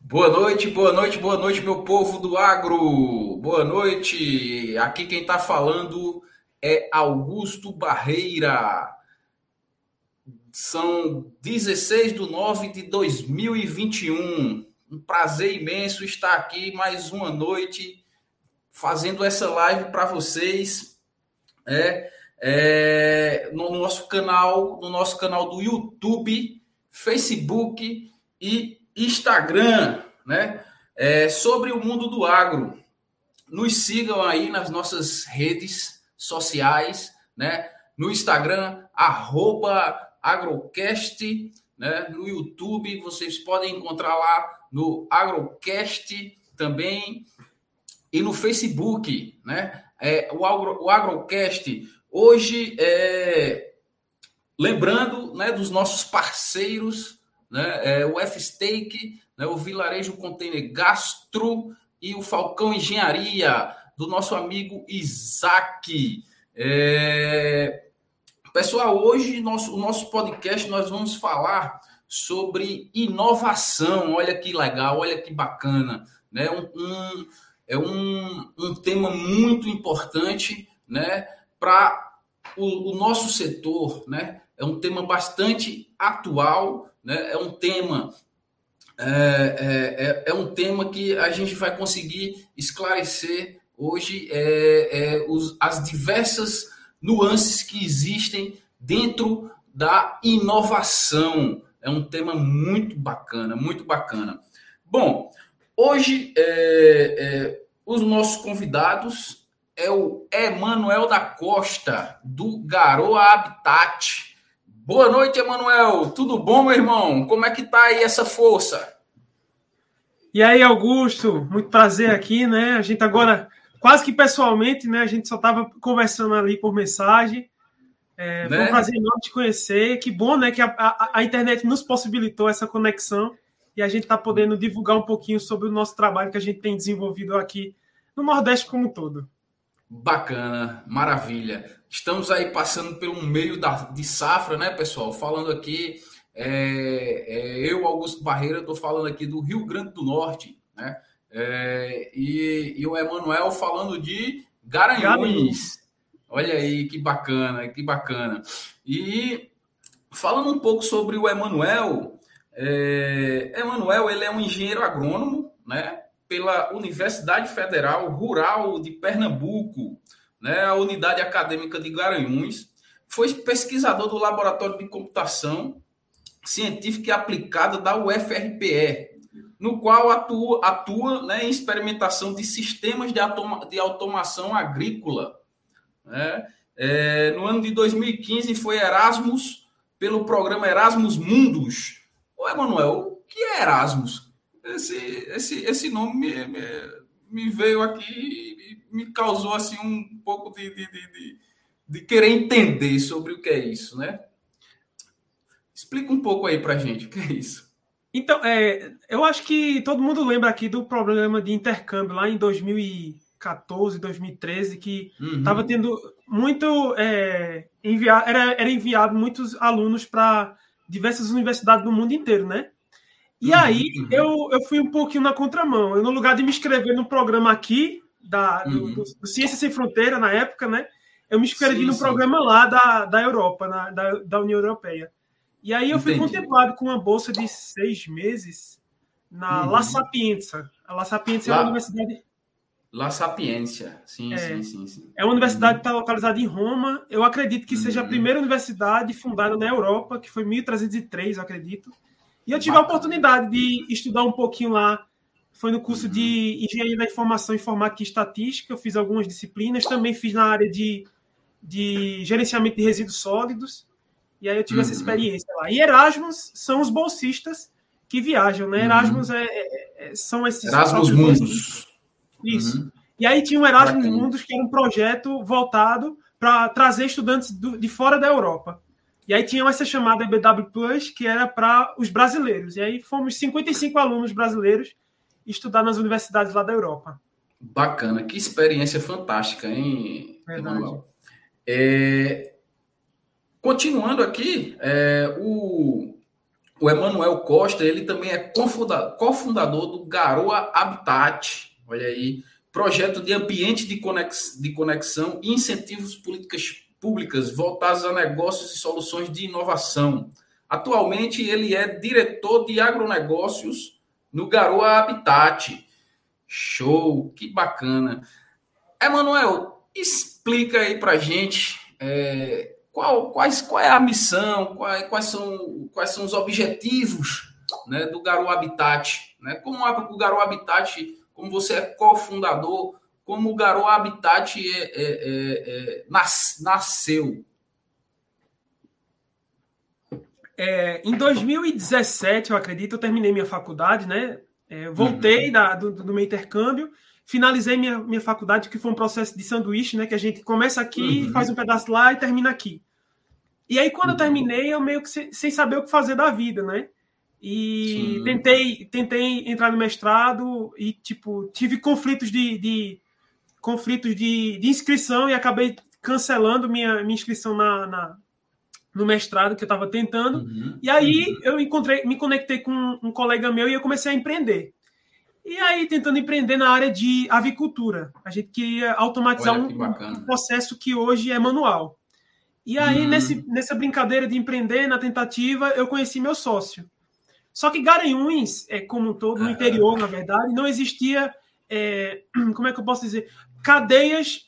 Boa noite, boa noite, meu povo do agro. Boa noite. Aqui quem está falando é Augusto Barreira. São 16/9/2021. Um prazer imenso estar aqui mais uma noite fazendo essa live para vocês. No nosso canal do YouTube, Facebook e Instagram, né? Sobre o mundo do agro. Nos sigam aí nas nossas redes sociais, né? No Instagram, @agrocast, né? No YouTube, vocês podem encontrar lá no Agrocast também. E no Facebook, né? O Agrocast, hoje, lembrando, né, dos nossos parceiros, né, o F-Stake, né, o Vilarejo Container Gastro e o Falcão Engenharia, do nosso amigo Isaac. Pessoal, hoje, o nosso podcast, nós vamos falar sobre inovação. Olha que legal, olha que bacana, né? Um tema muito importante, né, para o nosso setor, né? É um tema bastante atual, né? Um tema que a gente vai conseguir esclarecer hoje as diversas nuances que existem dentro da inovação. É um tema muito bacana, muito bacana. Bom, hoje os nossos convidados é o Emanuel da Costa, do Garoa Habitat. Boa noite, Emanuel. Tudo bom, meu irmão? Como é que tá aí essa força? E aí, Augusto, muito prazer aqui, né? A gente agora, quase que pessoalmente, né? A gente só estava conversando ali por mensagem. Né? Foi um prazer enorme te conhecer. Que bom, né? Que a internet nos possibilitou essa conexão e a gente está podendo divulgar um pouquinho sobre o nosso trabalho que a gente tem desenvolvido aqui no Nordeste como um todo. Bacana, maravilha. Estamos aí passando pelo meio de safra, né, pessoal? Falando aqui, eu, Augusto Barreira, estou falando aqui do Rio Grande do Norte, né? E o Emanuel falando de Garanhuns. Olha aí, que bacana, que bacana. E falando um pouco sobre o Emanuel, Emanuel, ele é um engenheiro agrônomo, né? Pela Universidade Federal Rural de Pernambuco, né, a Unidade Acadêmica de Garanhuns. Foi pesquisador do Laboratório de Computação Científica e Aplicada da UFRPE, no qual atua, né, em experimentação de sistemas de automação agrícola. Né? No ano de 2015 foi Erasmus, pelo programa Erasmus Mundus. Ô, Emanuel, o que é Erasmus? Esse nome me veio aqui e me causou assim um pouco de querer entender sobre o que é isso, né? Explica um pouco aí pra gente o que é isso. Então, eu acho que todo mundo lembra aqui do programa de intercâmbio lá em 2014, 2013, que estava tendo muito... era enviado muitos alunos para diversas universidades do mundo inteiro, né? E aí eu fui um pouquinho na contramão. Eu, no lugar de me inscrever no programa aqui, do Ciência Sem Fronteira, na época, né? Eu me inscrevi no programa lá da Europa, da União Europeia. E aí eu fui contemplado com uma bolsa de 6 meses na La Sapienza. A La Sapienza é uma universidade... La Sapienza, sim. É uma universidade que está localizada em Roma. Eu acredito que seja a primeira universidade fundada na Europa, que foi em 1303, eu acredito. E eu tive a oportunidade de estudar um pouquinho lá. Foi no curso de Engenharia da Informação, Informática e Estatística. Eu fiz algumas disciplinas. Também fiz na área de gerenciamento de resíduos sólidos. E aí eu tive essa experiência lá. E Erasmus são os bolsistas que viajam, né? Erasmus são esses... Erasmus Mundus. Isso. E aí tinha o Erasmus Mundus, que era um projeto voltado para trazer estudantes de fora da Europa. E aí tinha essa chamada EBW Plus, que era para os brasileiros. E aí fomos 55 alunos brasileiros estudar nas universidades lá da Europa. Bacana, que experiência fantástica, hein, Emanuel? Continuando aqui, O Emanuel Costa, ele também é cofundador do Garoa Habitat. Olha aí, projeto de ambiente de conexão e incentivos políticas públicas voltadas a negócios e soluções de inovação. Atualmente, ele é diretor de agronegócios no Garoa Habitat. Show, que bacana. Emanuel, explica aí para a gente qual é a missão, quais são os objetivos, né, do Garoa Habitat. Né? Como o Garoa Habitat, como você é cofundador, como o Garoa Habitat nasceu? Em 2017, eu acredito, eu terminei minha faculdade, né? Voltei do meu intercâmbio, finalizei minha faculdade, que foi um processo de sanduíche, né? Que a gente começa aqui, faz um pedaço lá e termina aqui. E aí, quando eu terminei, eu meio que sem saber o que fazer da vida, né? E tentei entrar no mestrado e, tipo, tive conflitos de inscrição e acabei cancelando minha inscrição no mestrado que eu estava tentando. E aí eu me conectei com um colega meu e eu comecei a empreender. E aí, tentando empreender na área de avicultura. A gente queria automatizar um processo que hoje é manual. E aí, nessa brincadeira de empreender, na tentativa, eu conheci meu sócio. Só que Garanhuns, como um todo, no interior, na verdade, não existia, como é que eu posso dizer, cadeias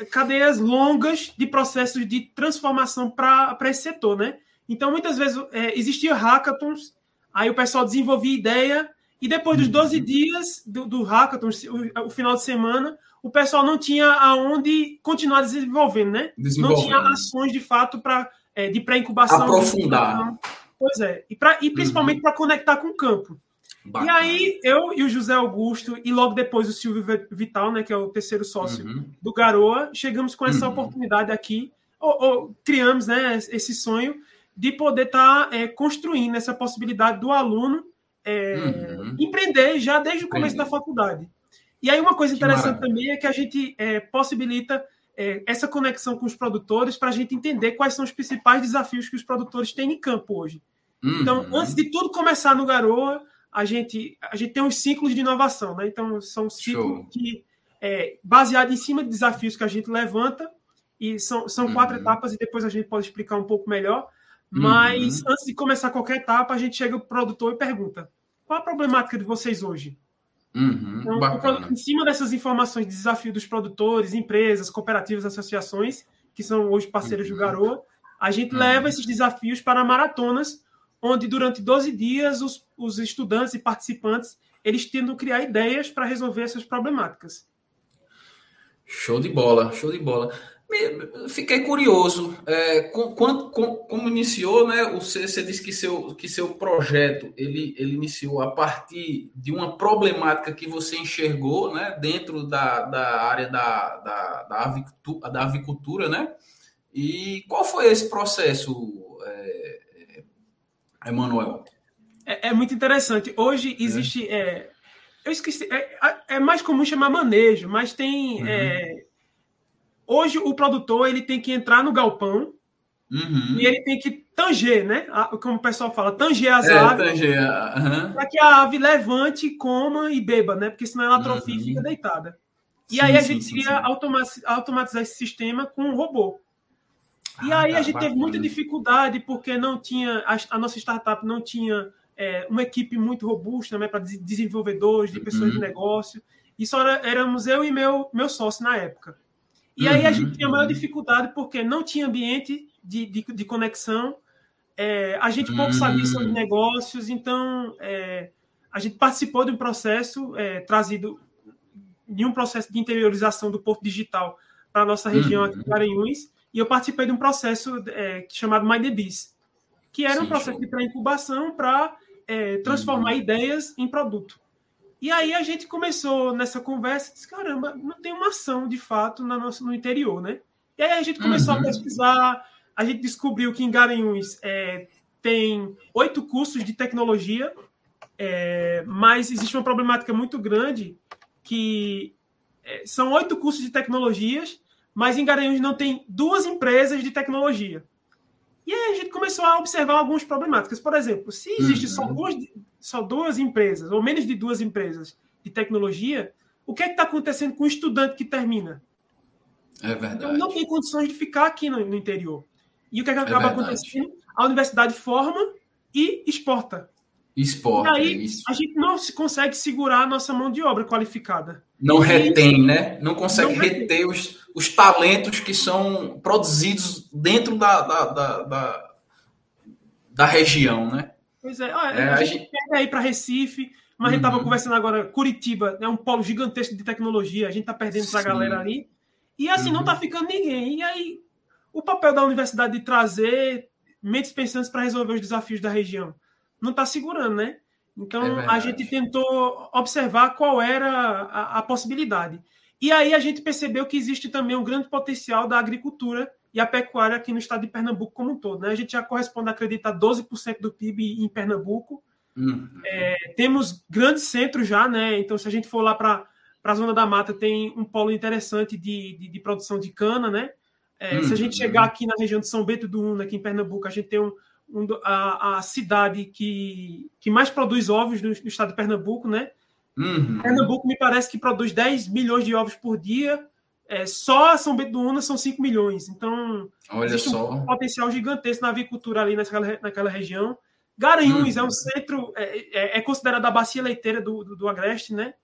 longas de processos de transformação para esse setor, né? Então, muitas vezes, existia hackathons, aí o pessoal desenvolvia ideia, e depois dos 12 dias do hackathon, o final de semana, o pessoal não tinha aonde continuar desenvolvendo, né? Não tinha ações, de fato, de pré-incubação. Aprofundar. Pois é. E principalmente para conectar com o campo. Bacana. E aí, eu e o José Augusto, e logo depois o Silvio Vital, né, que é o terceiro sócio do Garoa, chegamos com essa oportunidade aqui, criamos, né, esse sonho de poder estar construindo essa possibilidade do aluno empreender já desde o começo da faculdade. E aí uma coisa interessante também é que a gente possibilita essa conexão com os produtores para a gente entender quais são os principais desafios que os produtores têm em campo hoje. Então, antes de tudo começar no Garoa, a gente tem uns ciclos de inovação, né? Então, são ciclos que baseados em cima de desafios que a gente levanta, e são 4 etapas, e depois a gente pode explicar um pouco melhor. Mas antes de começar qualquer etapa, a gente chega pro produtor e pergunta: qual a problemática de vocês hoje? Então, em cima dessas informações de desafio dos produtores, empresas, cooperativas, associações, que são hoje parceiros do Garoa, a gente leva esses desafios para maratonas, onde durante 12 dias os estudantes e participantes eles tentam criar ideias para resolver essas problemáticas. Show de bola, show de bola. Fiquei curioso. Como iniciou, né? Você disse que seu projeto ele iniciou a partir de uma problemática que você enxergou, né? Dentro da área da avicultura, né? E qual foi esse processo, Emanuel? É muito interessante. Hoje existe... eu esqueci... É mais comum chamar manejo, mas tem... Hoje o produtor ele tem que entrar no galpão e ele tem que tanger, né? Como o pessoal fala, tanger as aves para que a ave levante, coma e beba, né? Porque senão ela atrofia e fica deitada. E aí a gente queria automatizar esse sistema com um robô. E aí a gente teve muita dificuldade porque não tinha a nossa startup não tinha uma equipe muito robusta, né, para desenvolvedores, de pessoas de negócio. E só éramos eu e meu sócio na época. E aí a gente tinha maior dificuldade porque não tinha ambiente de conexão, a gente pouco sabia sobre negócios, então a gente participou de um processo trazido de um processo de interiorização do Porto Digital para a nossa região aqui em Garanhuns, e eu participei de um processo chamado My The Biz, que era um processo de pré-incubação para transformar ideias em produto. E aí a gente começou nessa conversa e disse, caramba, não tem uma ação de fato no interior, né? E aí a gente começou a pesquisar, a gente descobriu que em Garanhuns tem 8 cursos de tecnologia, mas existe uma problemática muito grande que são 8 cursos de tecnologias, mas em Garanhuns não tem 2 empresas de tecnologia. E aí a gente começou a observar algumas problemáticas. Por exemplo, se existe só duas empresas, ou menos de 2 empresas de tecnologia, o que é que está acontecendo com o estudante que termina? É verdade. Então, não tem condições de ficar aqui no interior. E o que é que acaba acontecendo? A universidade forma e exporta. Exporta, e aí, a gente não consegue segurar a nossa mão de obra qualificada. Não retém, né? Não consegue reter os talentos que são produzidos dentro da região, né? Pois é. A gente pega aí para Recife, mas a gente estava conversando agora, Curitiba é um polo gigantesco de tecnologia, a gente está perdendo para a galera ali. E assim, não está ficando ninguém. E aí, o papel da universidade de trazer mentes pensantes para resolver os desafios da região não está segurando, né? Então, a gente tentou observar qual era a possibilidade. E aí a gente percebeu que existe também um grande potencial da agricultura e a pecuária aqui no estado de Pernambuco como um todo, né? A gente já corresponde, acredita, a 12% do PIB em Pernambuco. Temos grandes centros já, né? Então, se a gente for lá para a Zona da Mata, tem um polo interessante de produção de cana, né? Se a gente chegar aqui na região de São Bento do Una, aqui em Pernambuco, a gente tem a cidade que mais produz ovos no estado de Pernambuco, né? Pernambuco me parece que produz 10 milhões de ovos por dia. Só São Bento do Una são 5 milhões. Então, existe um potencial gigantesco na avicultura ali naquela região. Garanhuns é um centro, é considerada a bacia leiteira do Agreste, né?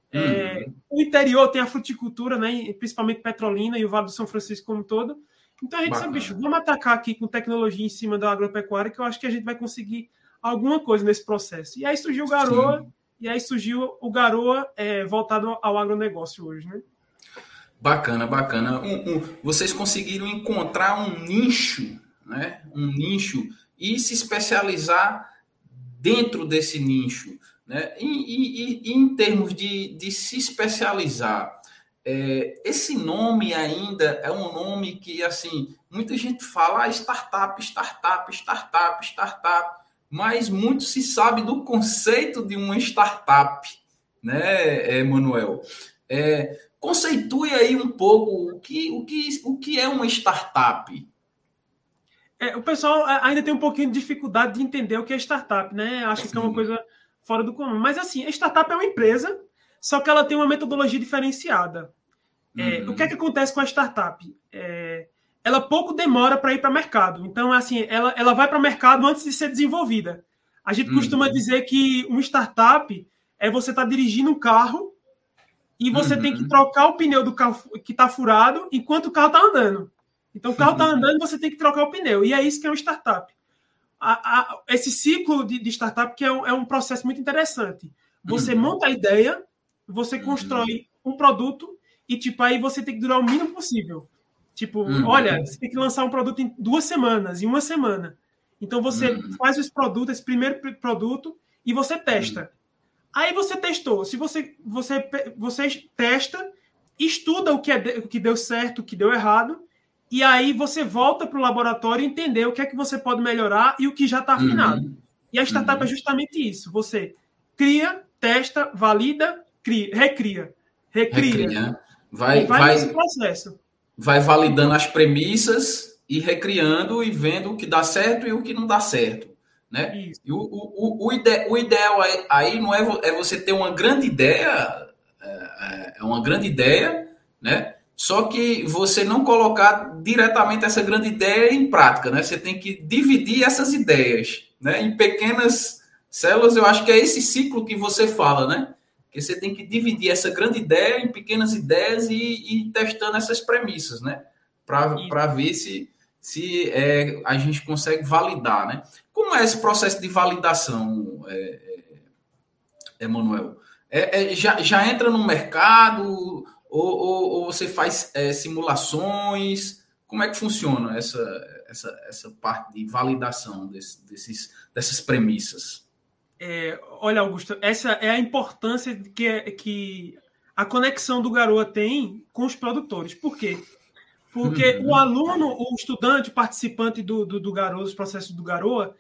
O interior tem a fruticultura, né? Principalmente Petrolina e o Vale do São Francisco como um todo. Então a gente sabe, bicho, vamos atacar aqui com tecnologia em cima da agropecuária, que eu acho que a gente vai conseguir alguma coisa nesse processo. E aí surgiu o Garoa, e aí surgiu o Garoa voltado ao agronegócio hoje, né? Bacana. Vocês conseguiram encontrar um nicho, né? Um nicho e se especializar dentro desse nicho, né? E em termos de se especializar, esse nome ainda é um nome que, assim, muita gente fala startup, mas muito se sabe do conceito de uma startup, né, Manuel? Conceitue aí um pouco o que é uma startup. O pessoal ainda tem um pouquinho de dificuldade de entender o que é startup, né? Acho que é uma coisa fora do comum. Mas, assim, a startup é uma empresa, só que ela tem uma metodologia diferenciada. O que é que acontece com a startup? Ela pouco demora para ir para o mercado. Então, assim, ela vai para o mercado antes de ser desenvolvida. A gente costuma dizer que uma startup é você estar dirigindo um carro e você tem que trocar o pneu do carro que está furado enquanto o carro está andando. Então, o carro está andando e você tem que trocar o pneu. E é isso que é uma startup. Esse ciclo de startup que é um processo muito interessante. Você monta a ideia, você constrói um produto e, tipo, aí você tem que durar o mínimo possível. Tipo, olha, você tem que lançar um produto em 2 semanas, em 1 semana. Então, você faz esse primeiro produto e você testa. Aí você testou. Se você testa, estuda o que deu certo, o que deu errado, e aí você volta para o laboratório e entender o que é que você pode melhorar e o que já está afinado. E a startup é justamente isso. Você cria, testa, valida, recria. Vai nesse processo. Vai validando as premissas e recriando e vendo o que dá certo e o que não dá certo, né? Isso. E o ideal aí não é você ter uma grande ideia, uma grande ideia, né? Só que você não colocar diretamente essa grande ideia em prática, né? Você tem que dividir essas ideias, né? Em pequenas células. Eu acho que é esse ciclo que você fala, né? Que você tem que dividir essa grande ideia em pequenas ideias e ir testando essas premissas, né? Para ver se a gente consegue validar, né? Como é esse processo de validação, Manuel? Já entra no mercado ou você faz simulações? Como é que funciona essa parte de validação dessas premissas? Olha, Augusto, essa é a importância que a conexão do Garoa tem com os produtores. Por quê? Porque o aluno, o estudante, o participante do Garoa, dos processos do Garoa,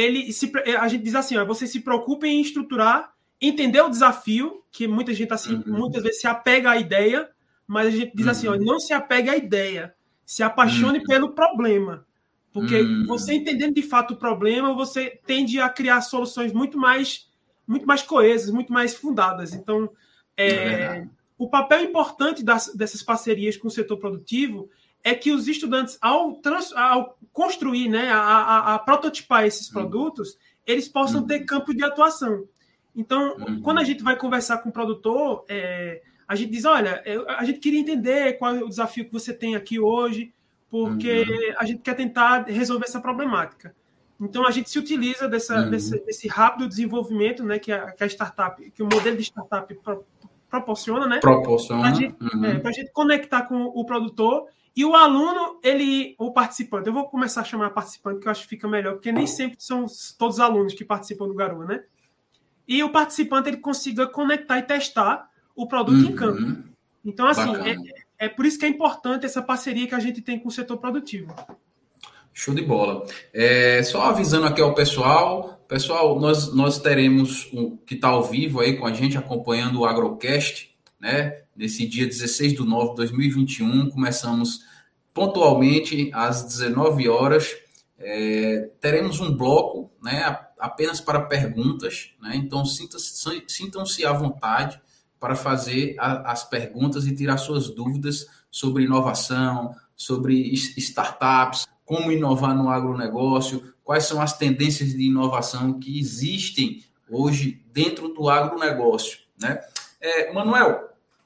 a gente diz assim, vocês se preocupem em estruturar, entender o desafio, que muita gente assim, muitas vezes se apega à ideia, mas a gente diz assim, não se apegue à ideia, se apaixone pelo problema. Porque você entendendo de fato o problema, você tende a criar soluções muito mais coesas, muito mais fundadas. Então, o papel importante dessas parcerias com o setor produtivo é que os estudantes, ao construir, né, a prototipar esses produtos, eles possam ter campo de atuação. Então, quando a gente vai conversar com o produtor, a gente diz, olha, a gente queria entender qual é o desafio que você tem aqui hoje, porque a gente quer tentar resolver essa problemática. Então, a gente se utiliza desse rápido desenvolvimento, né, que a startup, que o modelo de startup proporciona, né? Para a gente conectar com o produtor e o aluno, o participante. Eu vou começar a chamar participante, que eu acho que fica melhor, porque nem sempre são todos os alunos que participam do Garoa, né? E o participante, ele consiga conectar e testar o produto em campo. Então, assim, é por isso que é importante essa parceria que a gente tem com o setor produtivo. Show de bola. Só avisando aqui ao pessoal, nós teremos que está ao vivo aí com a gente, acompanhando o Agrocast, né? Nesse dia 16/9/2021, começamos pontualmente às 19 horas. Teremos um bloco, né, apenas para perguntas, né? Então sintam-se à vontade para fazer as perguntas e tirar suas dúvidas sobre inovação, sobre startups, como inovar no agronegócio, quais são as tendências de inovação que existem hoje dentro do agronegócio, né? Manuel,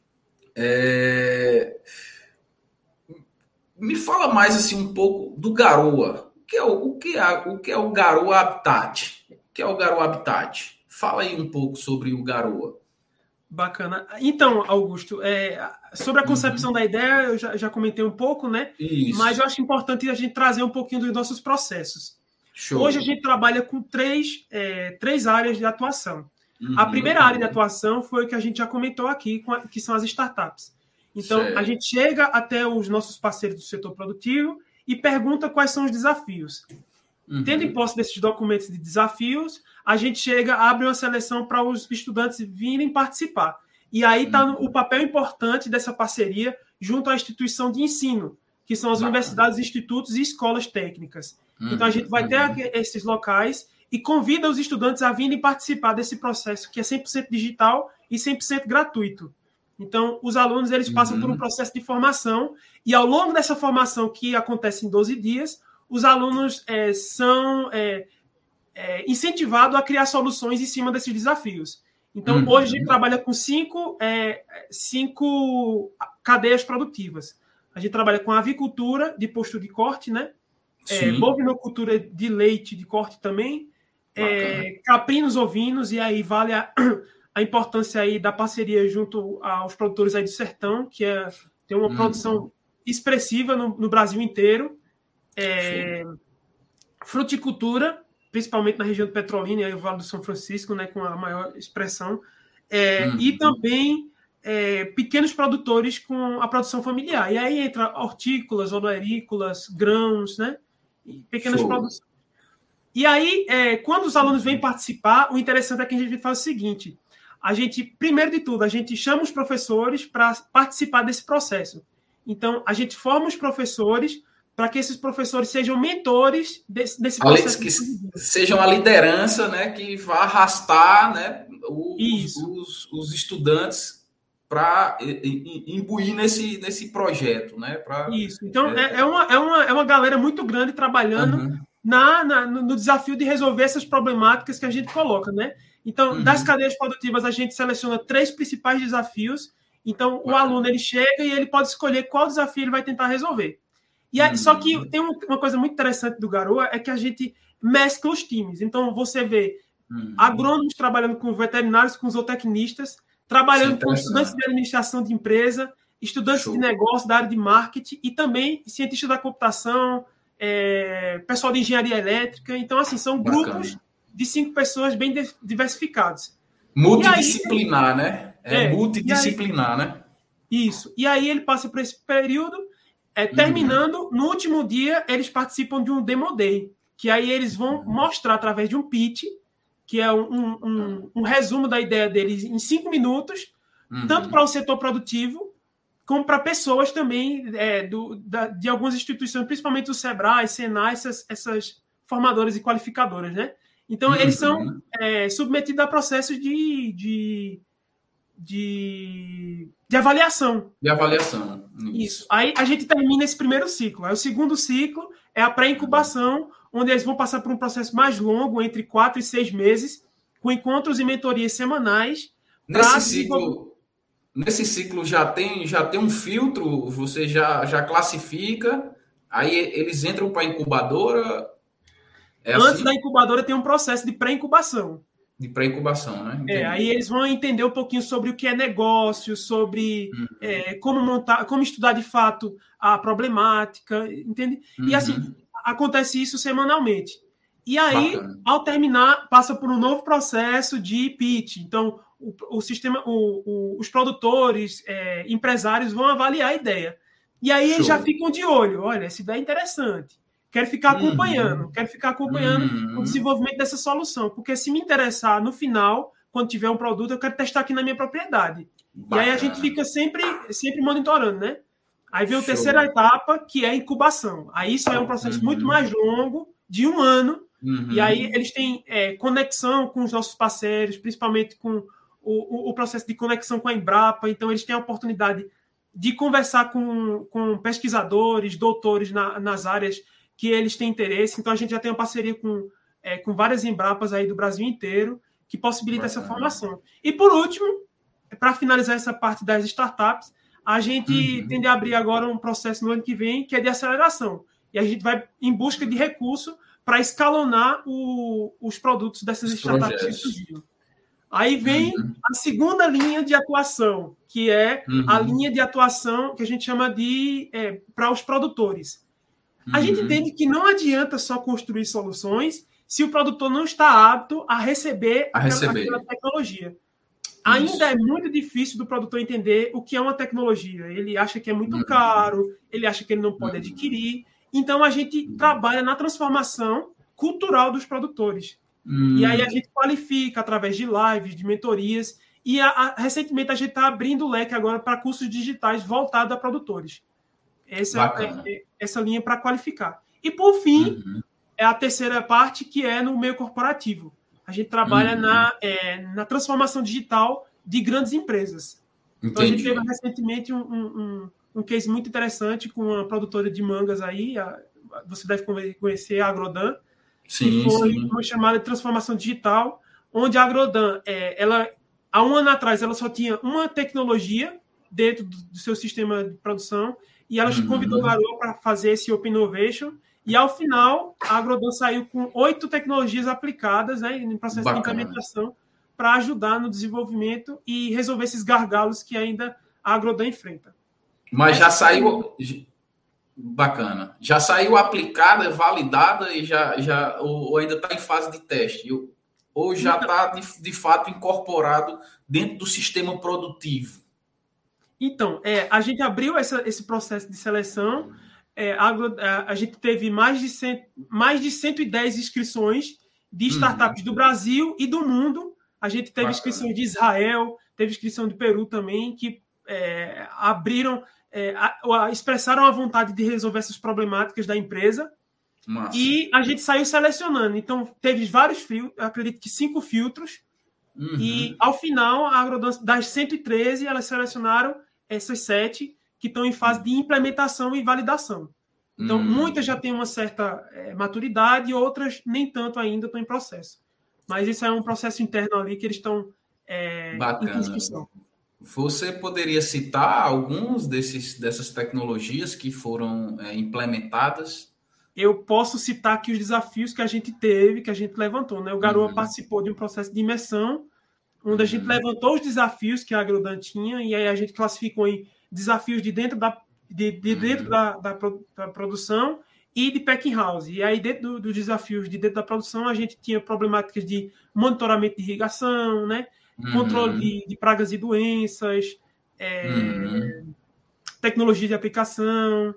me fala mais assim um pouco do Garoa. O que é o Garoa Habitat? O que é o Garoa Habitat? Fala aí um pouco sobre o Garoa. Bacana. Então, Augusto, sobre a concepção da ideia, eu já comentei um pouco, né? Isso. Mas eu acho importante a gente trazer um pouquinho dos nossos processos. Show. Hoje a gente trabalha com três áreas de atuação. A primeira área de atuação foi o que a gente já comentou aqui, que são as startups. Então, a gente chega até os nossos parceiros do setor produtivo e pergunta quais são os desafios. Tendo em posse desses documentos de desafios, a gente abre uma seleção para os estudantes virem participar. E aí está o papel importante dessa parceria junto à instituição de ensino, que são as universidades, institutos e escolas técnicas. Então, a gente vai ter esses locais e convida os estudantes a virem participar desse processo, que é 100% digital e 100% gratuito. Então, os alunos eles passam por um processo de formação e, ao longo dessa formação, que acontece em 12 dias, os alunos são incentivados a criar soluções em cima desses desafios. Então, hoje a gente trabalha com cinco cadeias produtivas. A gente trabalha com a avicultura de posto de corte, né? Bovinocultura de leite de corte também, caprinos ovinos, e aí vale a importância aí da parceria junto aos produtores aí do sertão, que tem uma produção expressiva no Brasil inteiro. Fruticultura, principalmente na região de Petrolina e o Vale do São Francisco, né, com a maior expressão, e também pequenos produtores com a produção familiar. E aí entra hortícolas, olerícolas, grãos, né, e pequenas produções. E aí, quando os alunos vêm participar, o interessante é que a gente faz o seguinte: a gente, primeiro de tudo, a gente chama os professores para participar desse processo. Então, a gente forma os professores para que esses professores sejam mentores desse processo. Que sejam a liderança, né, que vai arrastar, né, os estudantes para imbuir nesse projeto, né? Isso. Então, é uma galera muito grande trabalhando no desafio de resolver essas problemáticas que a gente coloca, né? Então, das cadeias produtivas, a gente seleciona 3 principais desafios. Então, o aluno ele chega e ele pode escolher qual desafio ele vai tentar resolver. E aí, só que tem uma coisa muito interessante do Garoa, é que a gente mescla os times. Então, você vê agrônomos trabalhando com veterinários, com zootecnistas, trabalhando com estudantes de administração de empresa, estudantes de negócio da área de marketing e também cientistas da computação, pessoal de engenharia elétrica. Então, assim, são grupos de 5 pessoas bem diversificados. Multidisciplinar, né? Multidisciplinar, né? Isso. E aí ele passa por esse período, terminando, no último dia, eles participam de um Demo Day, que aí eles vão mostrar através de um pitch, que é um resumo da ideia deles em 5 minutos, tanto para o setor produtivo, como para pessoas também de algumas instituições, principalmente o Sebrae, Senai, essas formadoras e qualificadoras, né? Então, eles são submetidos a processos de avaliação. De avaliação. Isso. Aí a gente termina esse primeiro ciclo. Aí o segundo ciclo é a pré-incubação, onde eles vão passar por um processo mais longo, entre 4 e 6 meses, com encontros e mentorias semanais. Nesse ciclo já tem um filtro, você já classifica, aí eles entram para a incubadora. Antes da incubadora tem um processo de pré-incubação. De pré-incubação, né? Entendi. Aí eles vão entender um pouquinho sobre o que é negócio, sobre como montar, como estudar de fato a problemática, entende? E assim, acontece isso semanalmente. E aí, ao terminar, passa por um novo processo de pitch. Então, os produtores, empresários vão avaliar a ideia. E aí eles já ficam de olho. Olha, essa ideia é interessante. Quero ficar acompanhando o desenvolvimento dessa solução. Porque se me interessar no final, quando tiver um produto, eu quero testar aqui na minha propriedade. Bacana. E aí a gente fica sempre monitorando, né? Aí vem a terceira etapa, que é a incubação. Aí isso é um processo muito mais longo, de 1 ano. E aí eles têm conexão com os nossos parceiros, principalmente com o processo de conexão com a Embrapa. Então, eles têm a oportunidade de conversar com pesquisadores, doutores nas áreas que eles têm interesse. Então, a gente já tem uma parceria com várias Embrapas aí do Brasil inteiro, que possibilita essa formação. E, por último, para finalizar essa parte das startups, a gente tende a abrir agora um processo no ano que vem, que é de aceleração. E a gente vai em busca de recurso para escalonar os produtos dessas startups que surgiram. Aí vem a segunda linha de atuação, que é a linha de atuação que a gente chama de para os produtores. A gente entende que não adianta só construir soluções se o produtor não está apto a receber aquela tecnologia. Ainda é muito difícil do produtor entender o que é uma tecnologia. Ele acha que é muito caro, ele acha que ele não pode adquirir. Então, a gente trabalha na transformação cultural dos produtores. E aí a gente qualifica através de lives, de mentorias. E recentemente a gente está abrindo o leque agora para cursos digitais voltados a produtores. Essa linha para qualificar. E, por fim, é a terceira parte, que é no meio corporativo. A gente trabalha na transformação digital de grandes empresas. Então, a gente teve recentemente um case muito interessante com uma produtora de mangas aí, você deve conhecer a Agrodan, que foi uma chamada de transformação digital, onde a Agrodan, há 1 ano atrás, ela só tinha uma tecnologia dentro do seu sistema de produção, e ela convidou o Garoa para fazer esse Open Innovation, e ao final, a Agrodan saiu com 8 tecnologias aplicadas, né, em processo de implementação, para ajudar no desenvolvimento e resolver esses gargalos que ainda a Agrodan enfrenta. Mas já saiu... Bacana. Já saiu aplicada, validada e ou ainda está em fase de teste? Ou já está, de fato, incorporado dentro do sistema produtivo? Então, a gente abriu esse processo de seleção. A gente teve mais de 110 inscrições de startups do Brasil e do mundo. A gente teve inscrição de Israel, teve inscrição de Peru também, que abriram... expressaram a vontade de resolver essas problemáticas da empresa. Massa. E a gente saiu selecionando. Então, teve vários filtros, acredito que 5 filtros, e ao final, a Agrodan, das 113, elas selecionaram essas 7 que estão em fase de implementação e validação. Então, muitas já têm uma certa maturidade, outras nem tanto ainda estão em processo. Mas isso é um processo interno ali que eles estão em construção. Você poderia citar alguns dessas tecnologias que foram implementadas? Eu posso citar aqui os desafios que a gente teve, que a gente levantou, né? O Garoa participou de um processo de imersão, onde a gente levantou os desafios que a Agrodan tinha, e aí a gente classificou em desafios de dentro da produção e de packing house. E aí, dentro dos desafios de dentro da produção, a gente tinha problemáticas de monitoramento de irrigação, né? Controle de pragas e doenças, tecnologia de aplicação,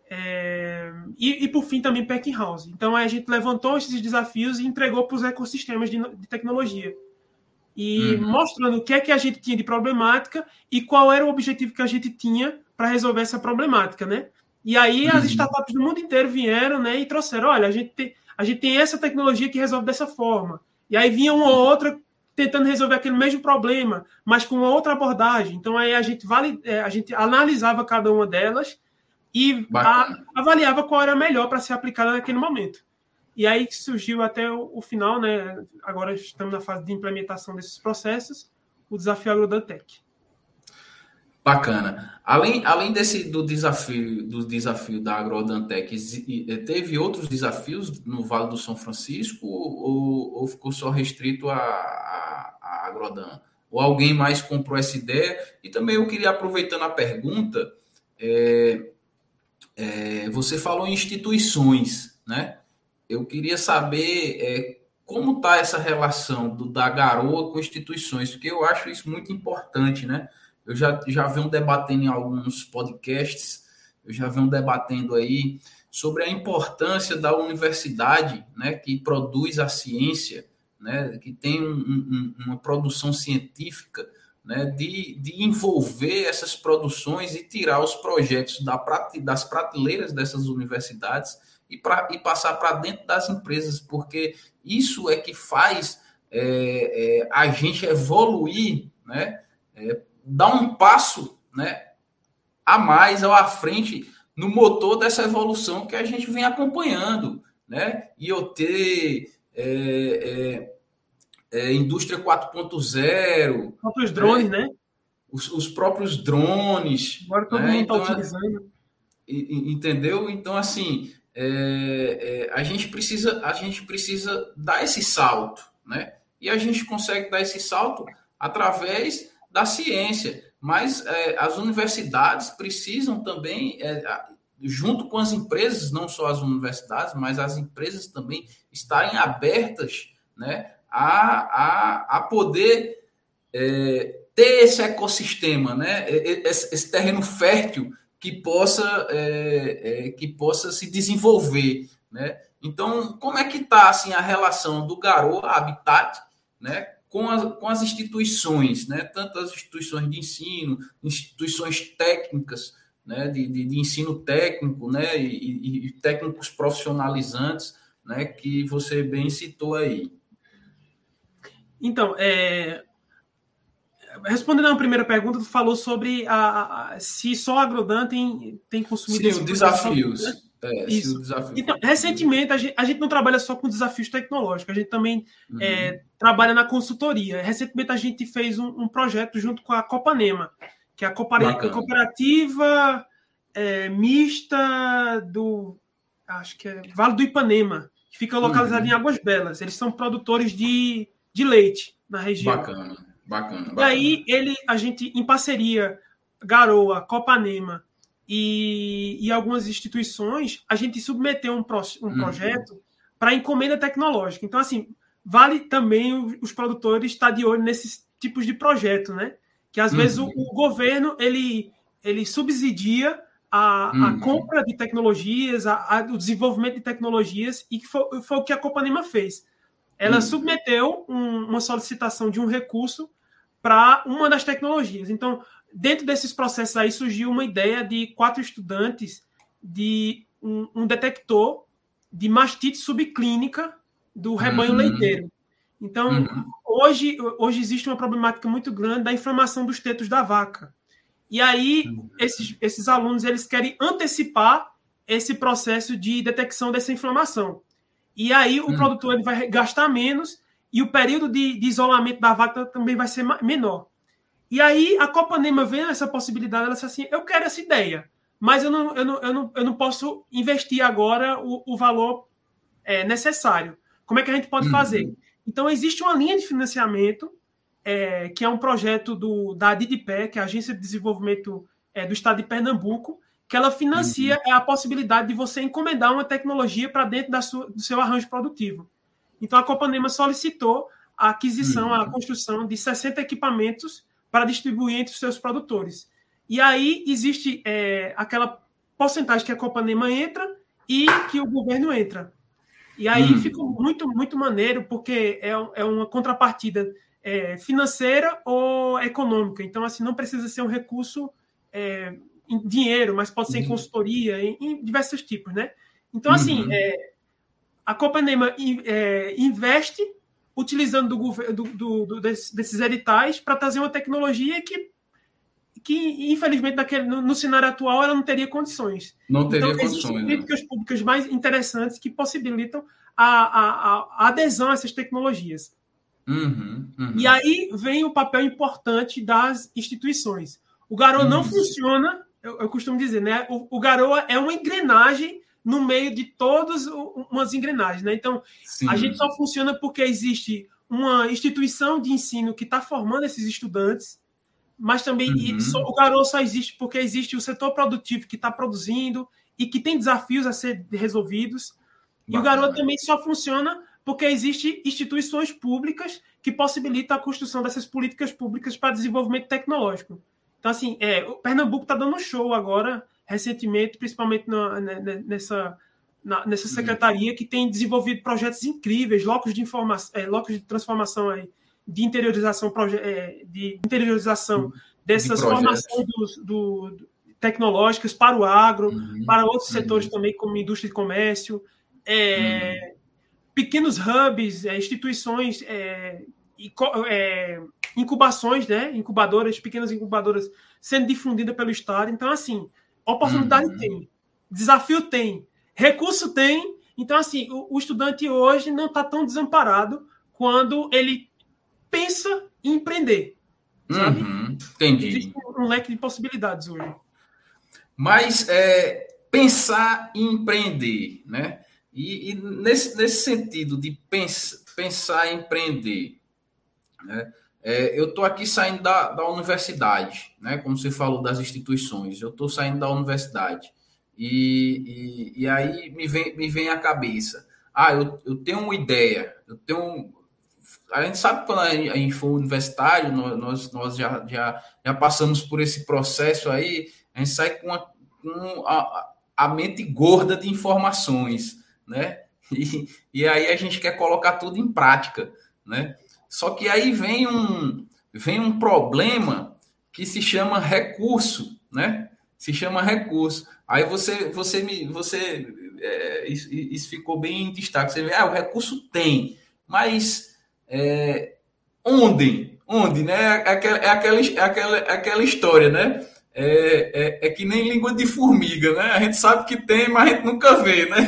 e por fim também packing house. Então a gente levantou esses desafios e entregou para os ecossistemas de tecnologia. E mostrando o que é que a gente tinha de problemática e qual era o objetivo que a gente tinha para resolver essa problemática, né? E aí as startups do mundo inteiro vieram, né, e trouxeram, olha, a gente tem essa tecnologia que resolve dessa forma. E aí vinha uma ou outra tentando resolver aquele mesmo problema, mas com uma outra abordagem. Então aí a gente analisava cada uma delas e avaliava qual era melhor para ser aplicada naquele momento. E aí surgiu até o final, né? Agora estamos na fase de implementação desses processos, o desafio AgroDantec. Bacana. Além do desafio da AgroDantec, teve outros desafios no Vale do São Francisco ou ficou só restrito a Agrodan? Ou alguém mais comprou essa ideia? E também eu queria, aproveitando a pergunta, você falou em instituições, né? Eu queria saber como está essa relação da Garoa com instituições, porque eu acho isso muito importante, né? Eu já venho debatendo em alguns podcasts, eu já venho debatendo aí sobre a importância da universidade, né, que produz a ciência, né, que tem uma produção científica, né, de envolver essas produções e tirar os projetos das prateleiras dessas universidades e passar para dentro das empresas, porque isso é que faz a gente evoluir, né, dar um passo, né, a mais ou à frente no motor dessa evolução que a gente vem acompanhando, né? IoT, indústria 4.0. Os próprios drones, né? Os próprios drones. Agora todo mundo está utilizando. Entendeu? Então, assim, a gente precisa dar esse salto, né? E a gente consegue dar esse salto através da ciência, mas as universidades precisam também, junto com as empresas, não só as universidades, mas as empresas também estarem abertas, né, a poder ter esse ecossistema, né, esse terreno fértil que possa se desenvolver, né? Então, como é que está assim, a relação do Garoa Habitat, né, com as instituições, né? Tanto as instituições de ensino, instituições técnicas, né? de ensino técnico, né? e técnicos profissionalizantes, né? Que você bem citou aí. Então, respondendo à primeira pergunta, tu falou sobre se só a Agrodan tem consumido... Sim, os desafios. Né? Isso. Então, recentemente, a gente não trabalha só com desafios tecnológicos, a gente também trabalha na consultoria. Recentemente, a gente fez um projeto junto com a Copanema, que é a cooperativa mista do, acho que é Vale do Ipanema, que fica localizado em Águas Belas. Eles são produtores de leite na região. Bacana. E aí, a gente, em parceria, Garoa, Copanema, e algumas instituições, a gente submeteu um projeto para encomenda tecnológica. Então, assim, vale também os produtores estar de olho nesses tipos de projeto, né? Que, às vezes, o governo, ele subsidia a compra de tecnologias, o desenvolvimento de tecnologias, e que foi o que a Copanema fez. Ela submeteu uma solicitação de um recurso para uma das tecnologias. Então, dentro desses processos aí surgiu uma ideia de 4 estudantes de um detector de mastite subclínica do rebanho leiteiro. Então, hoje existe uma problemática muito grande da inflamação dos tetos da vaca. E aí, esses alunos eles querem antecipar esse processo de detecção dessa inflamação. E aí, o produtor ele vai gastar menos e o período de isolamento da vaca também vai ser menor. E aí a Copanema vê essa possibilidade, ela disse assim, eu quero essa ideia, mas eu não posso investir agora o valor necessário. Como é que a gente pode fazer? Então, existe uma linha de financiamento, que é um projeto da ADIDPE, que é a Agência de Desenvolvimento do Estado de Pernambuco, que ela financia a possibilidade de você encomendar uma tecnologia para dentro do seu arranjo produtivo. Então, a Copanema solicitou a aquisição, a construção de 60 equipamentos para distribuir entre os seus produtores. E aí existe aquela porcentagem que a Copanema entra e que o governo entra. E aí fica muito, muito maneiro, porque é uma contrapartida financeira ou econômica. Então, assim, não precisa ser um recurso em dinheiro, mas pode ser em consultoria, em diversos tipos, né? Então, assim, a Copanema investe utilizando desses editais para trazer uma tecnologia que infelizmente, no cenário atual, ela não teria condições. Não teria então, condições. Existem políticas públicas mais interessantes que possibilitam a adesão a essas tecnologias. E aí vem o papel importante das instituições. O Garoa não funciona, eu costumo dizer, né? O Garoa é uma engrenagem no meio de todas umas engrenagens, né? Então, sim, a gente só funciona porque existe uma instituição de ensino que está formando esses estudantes, mas também o Garoa só existe porque existe o setor produtivo que está produzindo e que tem desafios a ser resolvidos. E o Garoa também só funciona porque existem instituições públicas que possibilitam a construção dessas políticas públicas para desenvolvimento tecnológico. Então, assim, o Pernambuco está dando um show agora, recentemente, principalmente nessa secretaria, que tem desenvolvido projetos incríveis, blocos de transformação aí, de interiorização dessas formações tecnológicas para o agro, para outros setores também, como indústria e comércio, pequenos hubs, instituições, incubações, né? Pequenas incubadoras sendo difundidas pelo Estado. Então, assim, oportunidade tem, desafio tem, recurso tem. Então, assim, o estudante hoje não está tão desamparado quando ele pensa em empreender. Sabe? Entendi. Existe um leque de possibilidades hoje. Mas pensar em empreender, né? E nesse sentido de pensar em empreender, né? Eu estou aqui saindo da universidade, né? Como você falou das instituições, eu estou saindo da universidade. E aí me vem à cabeça, eu tenho uma ideia, a gente sabe que quando a gente for universitário, nós já passamos por esse processo aí, a gente sai com a mente gorda de informações, né? E aí a gente quer colocar tudo em prática, né? Só que aí vem um problema que se chama recurso, né? Se chama recurso. Aí isso ficou bem em destaque. Você vê, o recurso tem, mas onde, né? Aquela história, né? É que nem língua de formiga, né? A gente sabe que tem, mas a gente nunca vê, né?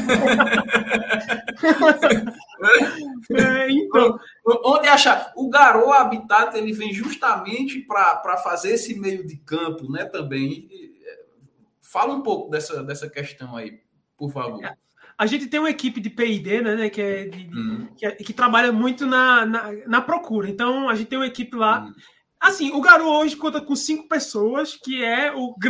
Então, onde achar? O Garoa Habitat, ele vem justamente para fazer esse meio de campo, né? Também. Fala um pouco dessa questão aí, por favor. A gente tem uma equipe de P&D, né, que trabalha muito na procura. Então, a gente tem uma equipe lá. Assim, o Garoa hoje conta com 5 pessoas, que é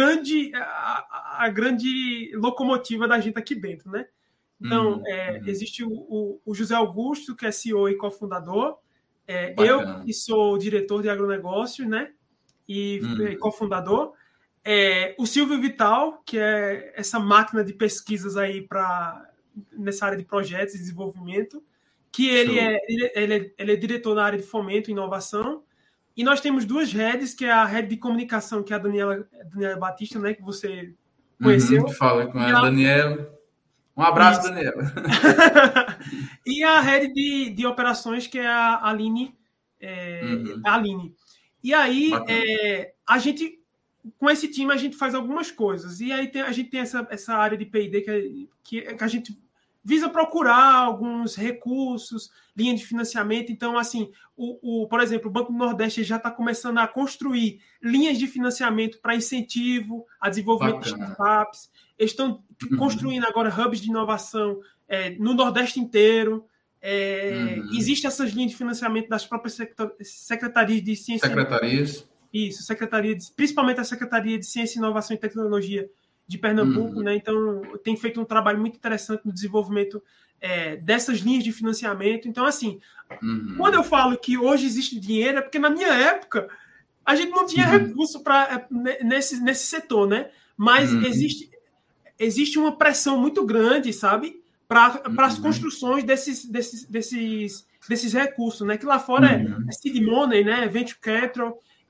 a grande locomotiva da gente aqui dentro, né? Então, existe o José Augusto, que é CEO e cofundador. Eu, que sou diretor de agronegócio, né? E cofundador. O Silvio Vital, que é essa máquina de pesquisas aí nessa área de projetos e desenvolvimento, que ele é diretor na área de fomento e inovação. E nós temos 2 redes, que é a rede de comunicação, que é a Daniela Batista, né, que você conheceu. Fala com a Daniela. Um abraço, isso. Daniela. E a rede de operações, que é a Aline. A Aline. E aí, a gente, com esse time, a gente faz algumas coisas. E aí a gente tem essa área de P&D que a gente visa procurar alguns recursos, linha de financiamento. Então, assim, por exemplo, o Banco do Nordeste já está começando a construir linhas de financiamento para incentivo a desenvolvimento de startups. Eles estão construindo agora hubs de inovação no Nordeste inteiro. Existem essas linhas de financiamento das próprias secretarias de ciência. Secretarias. Isso, principalmente a Secretaria de Ciência, Inovação e Tecnologia de Pernambuco, né? Então, tem feito um trabalho muito interessante no desenvolvimento dessas linhas de financiamento. Então, assim, quando eu falo que hoje existe dinheiro, é porque na minha época a gente não tinha recurso nesse setor, né? Mas existe uma pressão muito grande, sabe? Para as construções desses recursos, né? Que lá fora é seed money, né? Venture capital.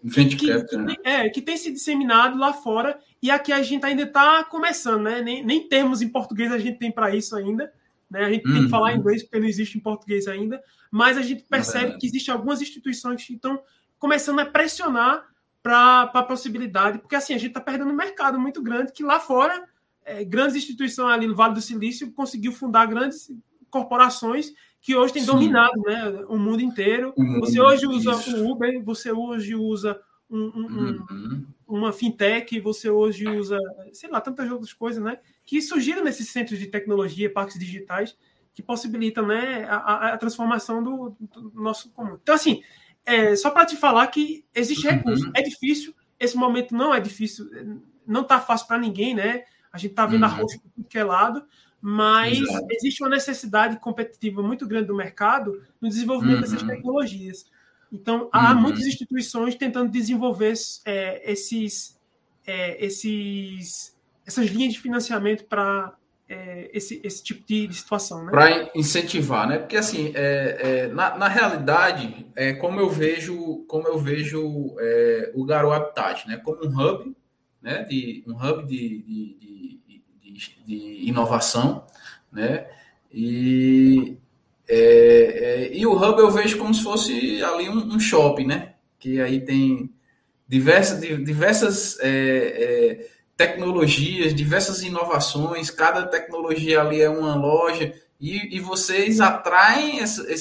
que tem se disseminado lá fora, e aqui a gente ainda está começando, né? Nem termos em português a gente tem para isso ainda, né? A gente tem que falar inglês porque não existe em português ainda, mas a gente percebe que existem algumas instituições que estão começando a pressionar para a possibilidade, porque assim, a gente está perdendo um mercado muito grande, que lá fora, grandes instituições ali no Vale do Silício conseguiu fundar grandes corporações que hoje têm dominado, né, o mundo inteiro. Você hoje usa um Uber, você hoje usa uma fintech, você hoje usa, sei lá, tantas outras coisas, né, que surgiram nesses centros de tecnologia, parques digitais, que possibilitam, né, a transformação do nosso comum. Então, assim, só para te falar que existe recurso. É difícil, esse momento não é difícil, não está fácil para ninguém, né? A gente está vendo arroz por tudo que é lado, mas existe uma necessidade competitiva muito grande do mercado no desenvolvimento dessas tecnologias. Então, há muitas instituições tentando desenvolver essas linhas de financiamento para esse tipo de situação, né? Para incentivar, né? Porque assim, na realidade, como eu vejo o Garou Habitat, né? Como um hub, né? De inovação, né? E o hub eu vejo como se fosse ali um shopping, né? Que aí tem diversas tecnologias, diversas inovações, cada tecnologia ali é uma loja, e vocês atraem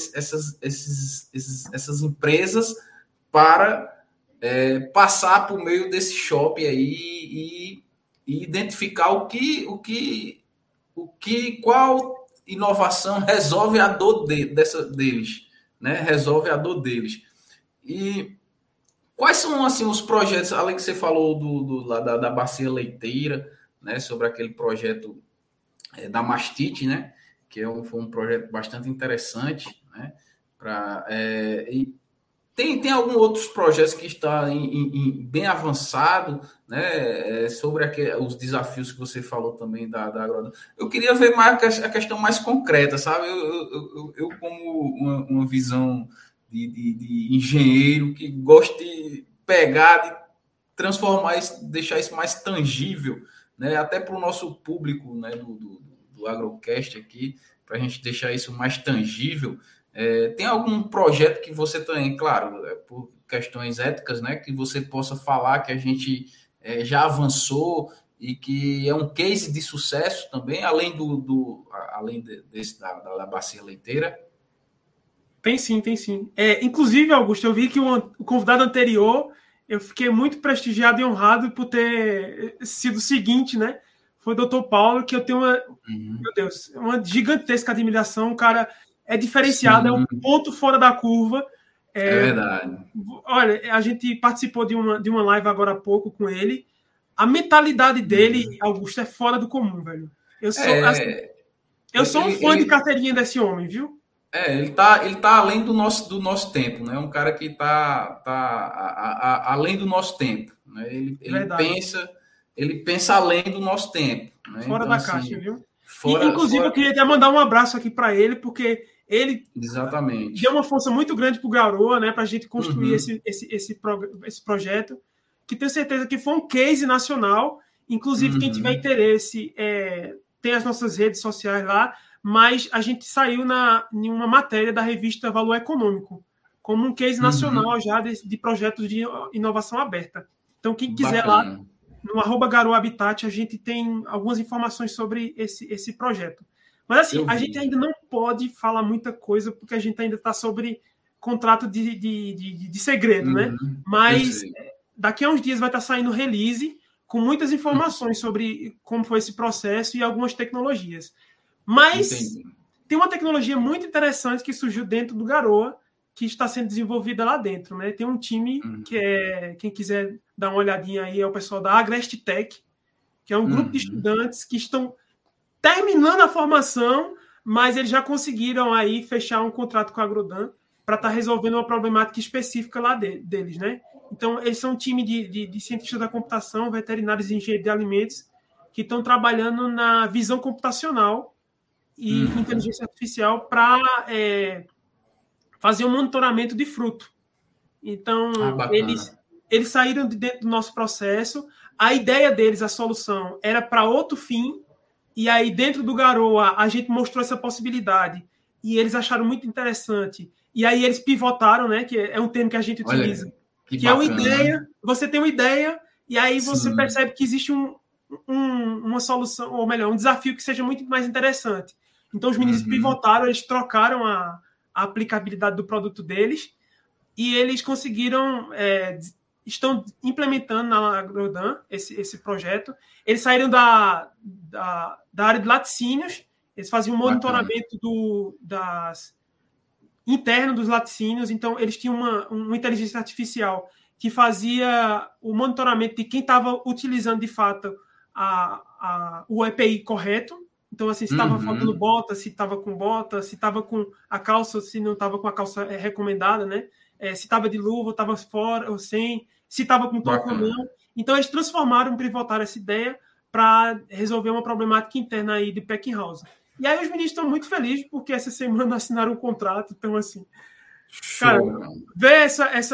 essas empresas para passar por meio desse shopping aí e identificar qual inovação resolve a dor deles, né? Resolve a dor deles. E quais são assim os projetos, além que você falou da bacia leiteira, né, sobre aquele projeto da mastite, né, que foi um projeto bastante interessante, né, e tem alguns outros projetos que estão bem avançado, né, sobre os desafios que você falou também da agronômica. Eu queria ver mais a questão mais concreta, sabe? Eu como uma visão de engenheiro que gosta de pegar, de transformar isso, deixar isso mais tangível, né? Até para o nosso público, né, do Agrocast aqui, para a gente deixar isso mais tangível. Tem algum projeto que você tem, claro, por questões éticas, né, que você possa falar que a gente já avançou e que é um case de sucesso também, além da bacia leiteira? Tem sim. Inclusive, Augusto, eu vi que o convidado anterior, eu fiquei muito prestigiado e honrado por ter sido o seguinte, né? Foi o Dr. Paulo, que eu tenho meu Deus, uma gigantesca admiração. O cara é diferenciado, sim. É um ponto fora da curva. É verdade. Olha, a gente participou de uma live agora há pouco com ele. A mentalidade dele, Augusto, é fora do comum, velho. Eu sou um fã de carteirinha desse homem, viu? Ele tá além do nosso tempo, né? Um cara que tá além do nosso tempo, né? Ele pensa além do nosso tempo, né? Fora da caixa, viu? Inclusive, eu queria até mandar um abraço aqui para ele, porque ele exatamente deu uma força muito grande para o Garoa, né? Para a gente construir esse projeto, que tenho certeza que foi um case nacional. Inclusive, quem tiver interesse, tem as nossas redes sociais lá. Mas a gente saiu em uma matéria da revista Valor Econômico, como um case nacional já de projetos de inovação aberta. Então, quem quiser lá, no @GaroaHabitat, a gente tem algumas informações sobre esse projeto. Mas, assim, a gente ainda não pode falar muita coisa, porque a gente ainda está sobre contrato de segredo, né? Mas daqui a uns dias vai estar saindo release com muitas informações sobre como foi esse processo e algumas tecnologias. Mas tem uma tecnologia muito interessante que surgiu dentro do Garoa, que está sendo desenvolvida lá dentro, né? Tem um time que quem quiser dar uma olhadinha aí, é o pessoal da Agrest Tech, que é um grupo de estudantes que estão terminando a formação, mas eles já conseguiram aí fechar um contrato com a Agrodan para estar resolvendo uma problemática específica lá deles, né? Então, eles são um time de cientistas da computação, veterinários e engenheiros de alimentos, que estão trabalhando na visão computacional e inteligência artificial para fazer um monitoramento de fruto. Então, eles saíram de dentro do nosso processo, a ideia deles, a solução, era para outro fim, e aí dentro do Garoa a gente mostrou essa possibilidade, e eles acharam muito interessante. E aí eles pivotaram, né, que é um termo que a gente utiliza, que bacana, é uma ideia, né? Você tem uma ideia, e aí você Sim. percebe que existe uma solução, ou melhor, um desafio que seja muito mais interessante. Então os meninos pivotaram, eles trocaram a aplicabilidade do produto deles, e eles conseguiram, estão implementando na Grodan esse projeto. Eles saíram da área de laticínios, eles faziam um monitoramento interno dos laticínios, então eles tinham uma inteligência artificial que fazia o monitoramento de quem estava utilizando de fato o EPI correto. Então, assim, se estava faltando bota, se estava com bota, se estava com a calça, se não estava com a calça recomendada, né? Se estava de luva, estava fora ou sem, se estava com toco ou não. Então, eles transformaram, pivotaram essa ideia para resolver uma problemática interna aí de packing house. E aí os meninos estão muito felizes porque essa semana assinaram um contrato. Então, assim, cara, ver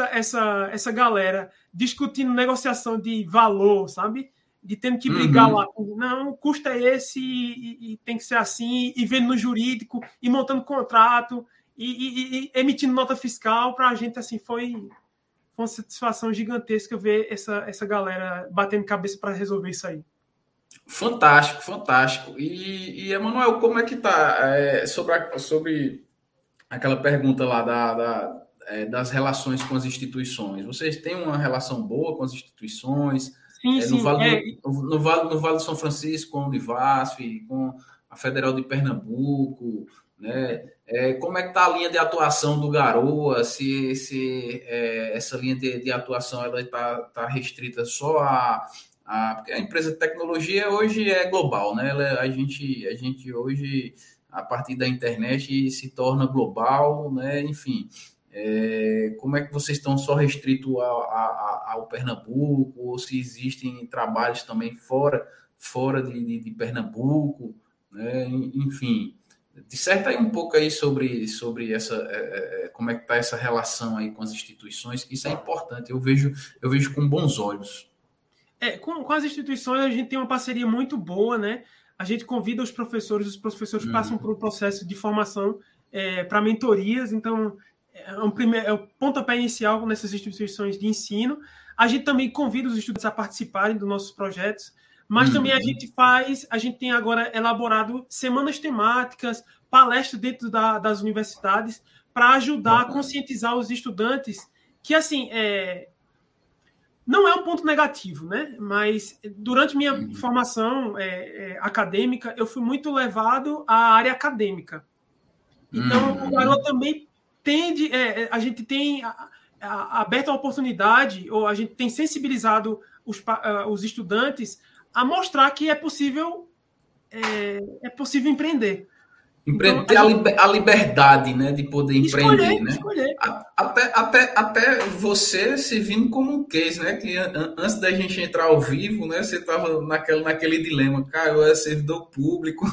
essa galera discutindo negociação de valor, sabe? De tendo que brigar lá. Não, o custo é esse e tem que ser assim, e vendo no jurídico, e montando contrato, e emitindo nota fiscal, para a gente, assim, foi uma satisfação gigantesca ver essa galera batendo cabeça para resolver isso aí. Fantástico, fantástico. E Emanuel, como é que tá sobre aquela pergunta lá das relações com as instituições? Vocês têm uma relação boa com as instituições? Sim, sim. No Vale do São Francisco, com a Univasf, com a Federal de Pernambuco, né? Como é que está a linha de atuação do Garoa? Se essa linha de atuação ela está restrita só porque a empresa de tecnologia hoje é global, né? A gente hoje, a partir da internet, se torna global, né? Enfim, como é que vocês estão só restritos ao Pernambuco, ou se existem trabalhos também fora de Pernambuco, né? Enfim, disserta aí um pouco aí sobre como é que está essa relação aí com as instituições, que isso é importante, eu vejo com bons olhos. Com as instituições a gente tem uma parceria muito boa, né? A gente convida os professores passam por um processo de formação para mentorias, então é o pontapé inicial nessas instituições de ensino. A gente também convida os estudantes a participarem dos nossos projetos, mas também a gente tem agora elaborado semanas temáticas, palestras dentro das universidades, para ajudar a conscientizar os estudantes que, assim, não é um ponto negativo, né? Mas durante minha formação acadêmica, eu fui muito levado à área acadêmica. Então, o Garoa também tende... a gente tem aberto a oportunidade, ou a gente tem sensibilizado os estudantes a mostrar que é possível empreender. Ter a liberdade, né, de poder empreender, né? Escolher. Até você se vindo como um case, né? Que antes da gente entrar ao vivo, né? Você estava naquele dilema, cara, eu era servidor público.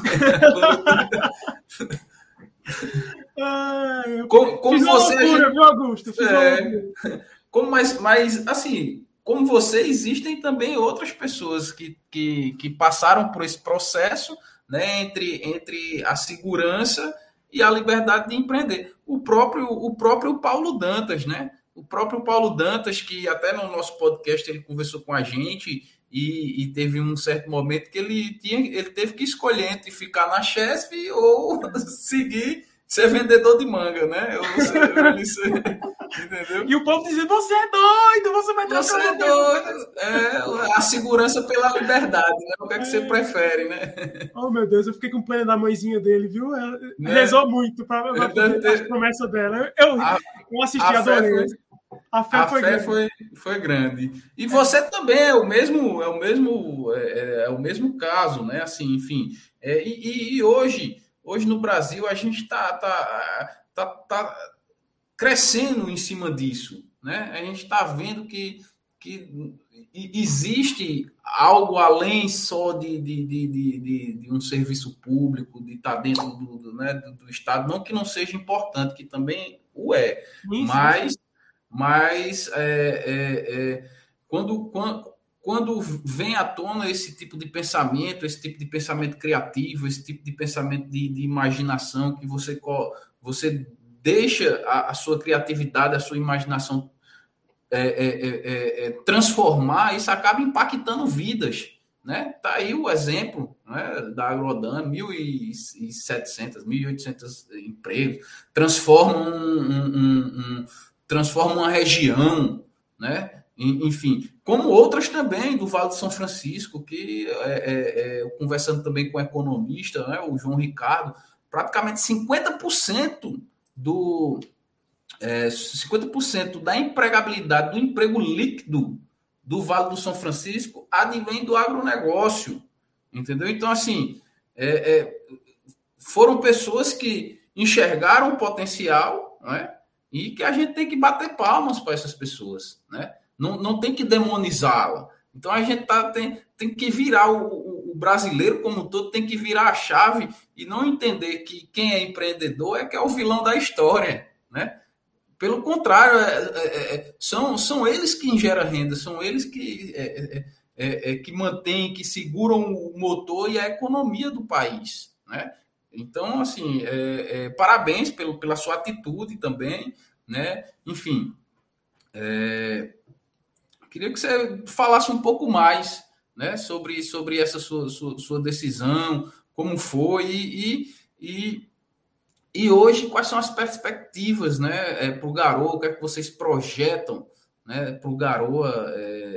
Como você, loucura, viu, Augusto? Mas assim, como você, existem também outras pessoas que passaram por esse processo, né, entre a segurança e a liberdade de empreender. O próprio Paulo Dantas, né? O próprio Paulo Dantas, que até no nosso podcast ele conversou com a gente e teve um certo momento que ele teve que escolher entre ficar na Chesf ou seguir ser vendedor de manga, né? Entendeu? E o povo dizendo, você é doido, você vai trocar. Você é doido. A segurança pela liberdade, né? O que é que você prefere, né? Oh, meu Deus, eu fiquei com pena da mãezinha dele, viu? Ela rezou muito para a promessa dela. Eu assisti, adorei. A fé foi grande. E você também é o mesmo caso, né? Assim, enfim. E hoje no Brasil a gente tá crescendo em cima disso, né? A gente está vendo que existe algo além só de um serviço público, de estar dentro do Estado, não que não seja importante, que também o é, mas quando vem à tona esse tipo de pensamento criativo, esse tipo de pensamento de imaginação, que você deixa a sua criatividade, a sua imaginação transformar, isso acaba impactando vidas, né? Tá aí o exemplo, né, da Agrodan, 1.700, 1.800 empregos, transforma uma região, né? Enfim, como outras também do Vale do São Francisco, que conversando também com o economista, né, o João Ricardo, praticamente 50% 50% da empregabilidade, do emprego líquido do Vale do São Francisco advém do agronegócio, entendeu? Então, assim, foram pessoas que enxergaram o potencial, né? E que a gente tem que bater palmas para essas pessoas, né? Não tem que demonizá-la. Então, a gente tem que virar o brasileiro como um todo, tem que virar a chave e não entender que quem é empreendedor é que é o vilão da história, né? Pelo contrário, são eles que geram renda, são eles que mantêm, que seguram o motor e a economia do país, né? Então, assim, parabéns pela sua atitude também, né? Enfim, queria que você falasse um pouco mais, né, sobre essa sua decisão, como foi e hoje, quais são as perspectivas, né, para o Garoa? O que é que vocês projetam, né, para o Garoa?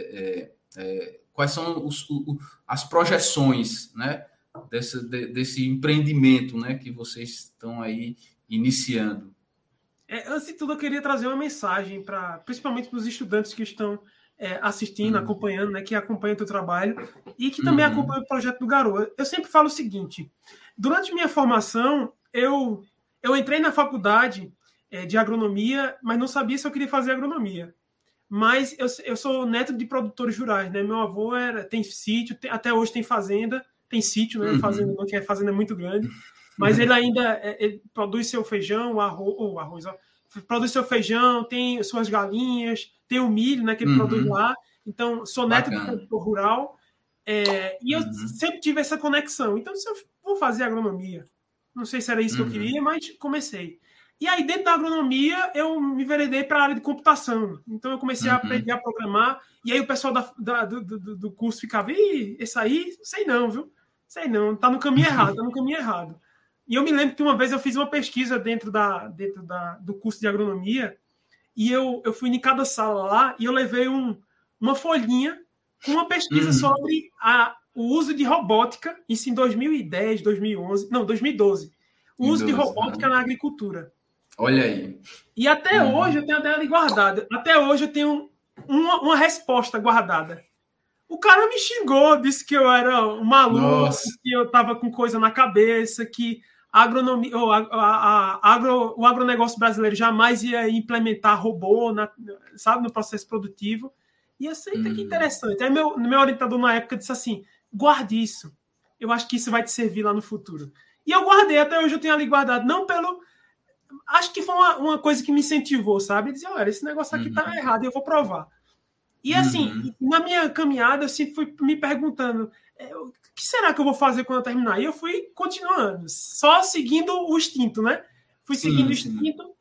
Quais são as projeções, né, desse empreendimento, né, que vocês estão aí iniciando? Antes de tudo, eu queria trazer uma mensagem, principalmente para os estudantes que estão assistindo, acompanhando, né, que acompanham o teu trabalho e que também acompanham o projeto do Garoa. Eu sempre falo o seguinte: durante minha formação, eu entrei na faculdade de agronomia, mas não sabia se eu queria fazer agronomia. Mas eu sou neto de produtores rurais, né? Meu avô tem sítio, até hoje tem fazenda, tem sítio, né? Fazenda não, que a fazenda é muito grande, mas ele ainda ele produz seu feijão, arroz, produz seu feijão, tem suas galinhas, tem o milho, né? Que ele produz lá. Então, sou neto de produtor rural e eu sempre tive essa conexão. Então, se eu vou fazer agronomia, não sei se era isso que eu queria, mas comecei. E aí, dentro da agronomia, eu me enveredei para a área de computação. Então, eu comecei a aprender a programar. E aí, o pessoal do curso ficava: ih, esse aí, sei não, viu? Sei não, tá no caminho errado, tá no caminho errado. E eu me lembro que uma vez eu fiz uma pesquisa dentro do curso de agronomia e eu fui em cada sala lá e eu levei uma folhinha com uma pesquisa sobre o uso de robótica, isso em 2010, 2011, não, 2012. O uso de robótica na agricultura. Olha aí. E até hoje eu tenho a dela guardada. Até hoje eu tenho uma resposta guardada. O cara me xingou, disse que eu era um maluco, que eu estava com coisa na cabeça, que a agronomia, o agronegócio brasileiro jamais ia implementar robô, sabe, no processo produtivo. E eu sei que interessante. Aí meu orientador na época disse assim: guarde isso. Eu acho que isso vai te servir lá no futuro. E eu guardei, até hoje eu tenho ali guardado. Não pelo... Acho que foi uma coisa que me incentivou, sabe? Eu disse: olha, esse negócio aqui tá errado, eu vou provar. E assim, na minha caminhada, eu sempre fui me perguntando: o que será que eu vou fazer quando eu terminar? E eu fui continuando, só seguindo o instinto, né? Fui seguindo o instinto,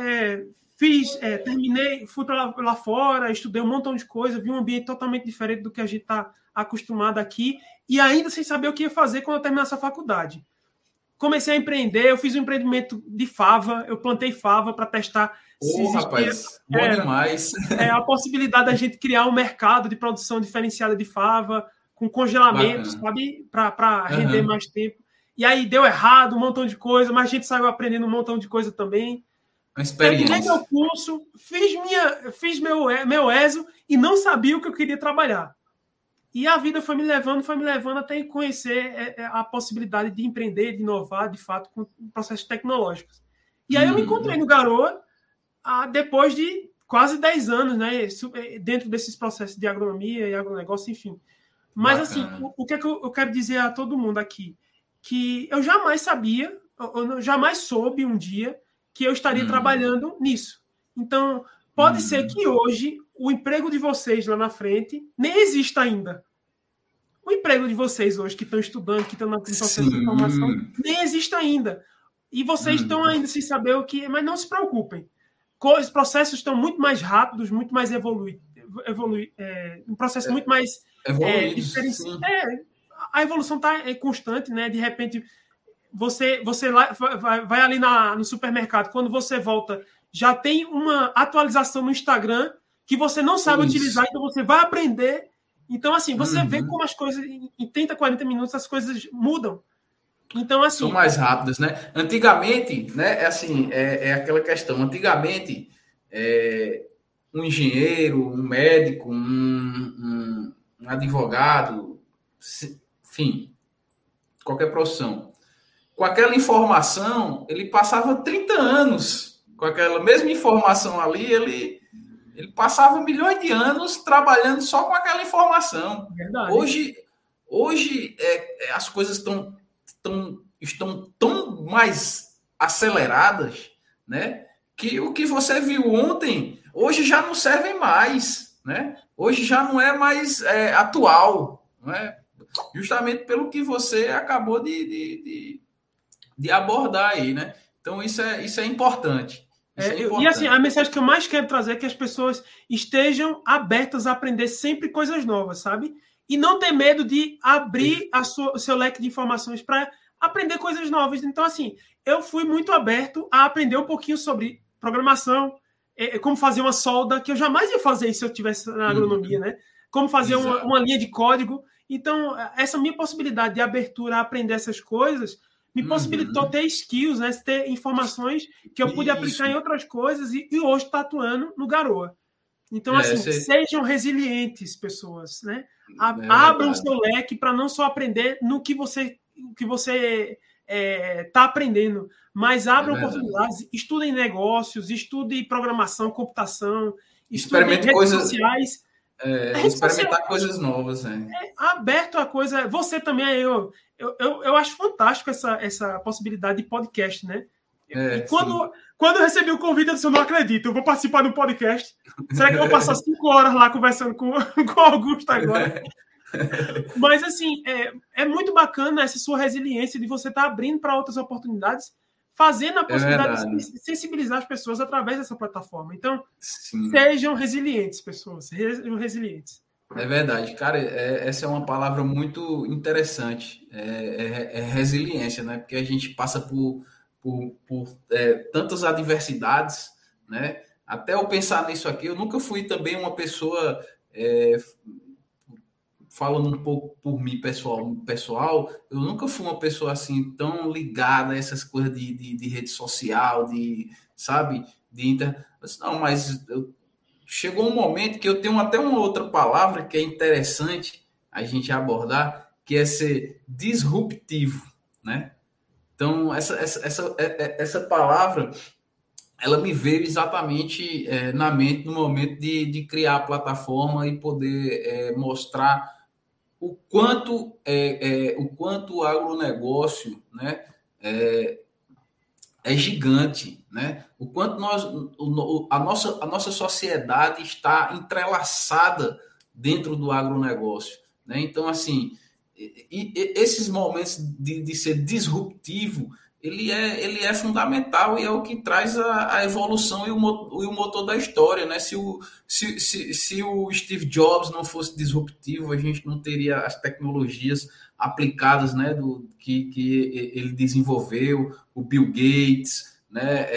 terminei, fui para lá fora, estudei um montão de coisa, vi um ambiente totalmente diferente do que a gente está acostumado aqui, e ainda sem saber o que ia fazer quando eu terminasse a faculdade. Comecei a empreender, eu fiz um empreendimento de fava, eu plantei fava para testar se existia, rapaz, bom demais. A possibilidade da gente criar um mercado de produção diferenciada de fava, com congelamento, sabe? Para render mais tempo. E aí deu errado, um montão de coisa, mas a gente saiu aprendendo um montão de coisa também. Uma experiência. Terminei meu curso, fiz meu ESO e não sabia o que eu queria trabalhar. E a vida foi me levando até conhecer a possibilidade de empreender, de inovar, de fato, com processos tecnológicos. E aí eu me encontrei no Garoa depois de quase 10 anos, né, dentro desses processos de agronomia e agronegócio, enfim. Mas, assim, o que é que eu quero dizer a todo mundo aqui? Que eu jamais sabia, eu jamais soube um dia que eu estaria trabalhando nisso. Então, Pode ser que hoje o emprego de vocês lá na frente nem exista ainda. O emprego de vocês hoje, que estão estudando, que estão no processo de formação, nem existe ainda. E vocês estão ainda sem saber o que... Mas não se preocupem. Os processos estão muito mais rápidos, muito mais um processo muito mais diferenciado. A evolução está constante, né? De repente, você vai ali no supermercado, quando você volta, já tem uma atualização no Instagram que você não sabe utilizar, então você vai aprender. Então, assim, você vê como as coisas, em 30, 40 minutos, as coisas mudam. Então, assim... São mais rápidas, né? Antigamente, né? É aquela questão. Antigamente, um engenheiro, um médico, um advogado, enfim, qualquer profissão, com aquela informação, ele passava 30 anos com aquela mesma informação ali, ele passava milhões de anos trabalhando só com aquela informação. Verdade. Hoje as coisas estão tão mais aceleradas, né? Que o que você viu ontem, hoje já não serve mais, né? Hoje já não é mais atual, não é? Justamente pelo que você acabou de abordar aí, né? Então, isso é importante. E assim, a mensagem que eu mais quero trazer é que as pessoas estejam abertas a aprender sempre coisas novas, sabe? E não ter medo de abrir o seu leque de informações para aprender coisas novas. Então, assim, eu fui muito aberto a aprender um pouquinho sobre programação, como fazer uma solda, que eu jamais ia fazer isso se eu estivesse na agronomia, né? Como fazer uma linha de código. Então, essa minha possibilidade de abertura a aprender essas coisas me possibilitou ter skills, né? Ter informações que eu pude aplicar em outras coisas e hoje estou atuando no Garoa. Então, sejam resilientes, pessoas, né? Abram o seu leque para não só aprender no que você está aprendendo, mas abram oportunidades, estudem negócios, estudem programação, computação, estudem redes sociais. Experimentar coisas novas. Aberto a coisa. Você também, eu acho fantástico essa possibilidade de podcast, né? Quando eu recebi o convite, eu disse, eu não acredito, eu vou participar de um podcast. Será que eu vou passar 5 horas lá conversando com o Augusto agora? Mas, assim, é muito bacana essa sua resiliência de você estar abrindo para outras oportunidades, fazendo a possibilidade de sensibilizar as pessoas através dessa plataforma. Então, sejam resilientes, pessoas. Sejam resilientes. É verdade, cara. Essa é uma palavra muito interessante. Resiliência, né? Porque a gente passa por tantas adversidades, né? Até eu pensar nisso aqui, eu nunca fui também uma pessoa... falando um pouco por mim, pessoal, eu nunca fui uma pessoa assim tão ligada a essas coisas de rede social, sabe? Não, mas chegou um momento que eu tenho até uma outra palavra que é interessante a gente abordar, que é ser disruptivo, né? Então, essa palavra, ela me veio exatamente na mente no momento de criar a plataforma e poder mostrar o quanto o agronegócio, né, é gigante, né? O quanto a nossa sociedade está entrelaçada dentro do agronegócio, né? Então, assim, esses momentos de ser disruptivo, ele é fundamental e é o que traz a evolução e o motor da história, né? Se o Steve Jobs não fosse disruptivo, a gente não teria as tecnologias aplicadas, né, que ele desenvolveu, o Bill Gates, né,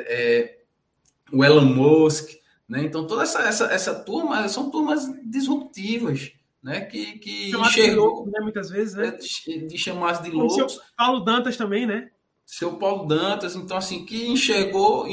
o Elon Musk, né? Então toda essa turma são turmas disruptivas, né, que enxergou, loucos, né, muitas vezes, né? De chamar de loucos. Paulo Dantas também, né? Seu Paulo Dantas, então, assim, que enxergou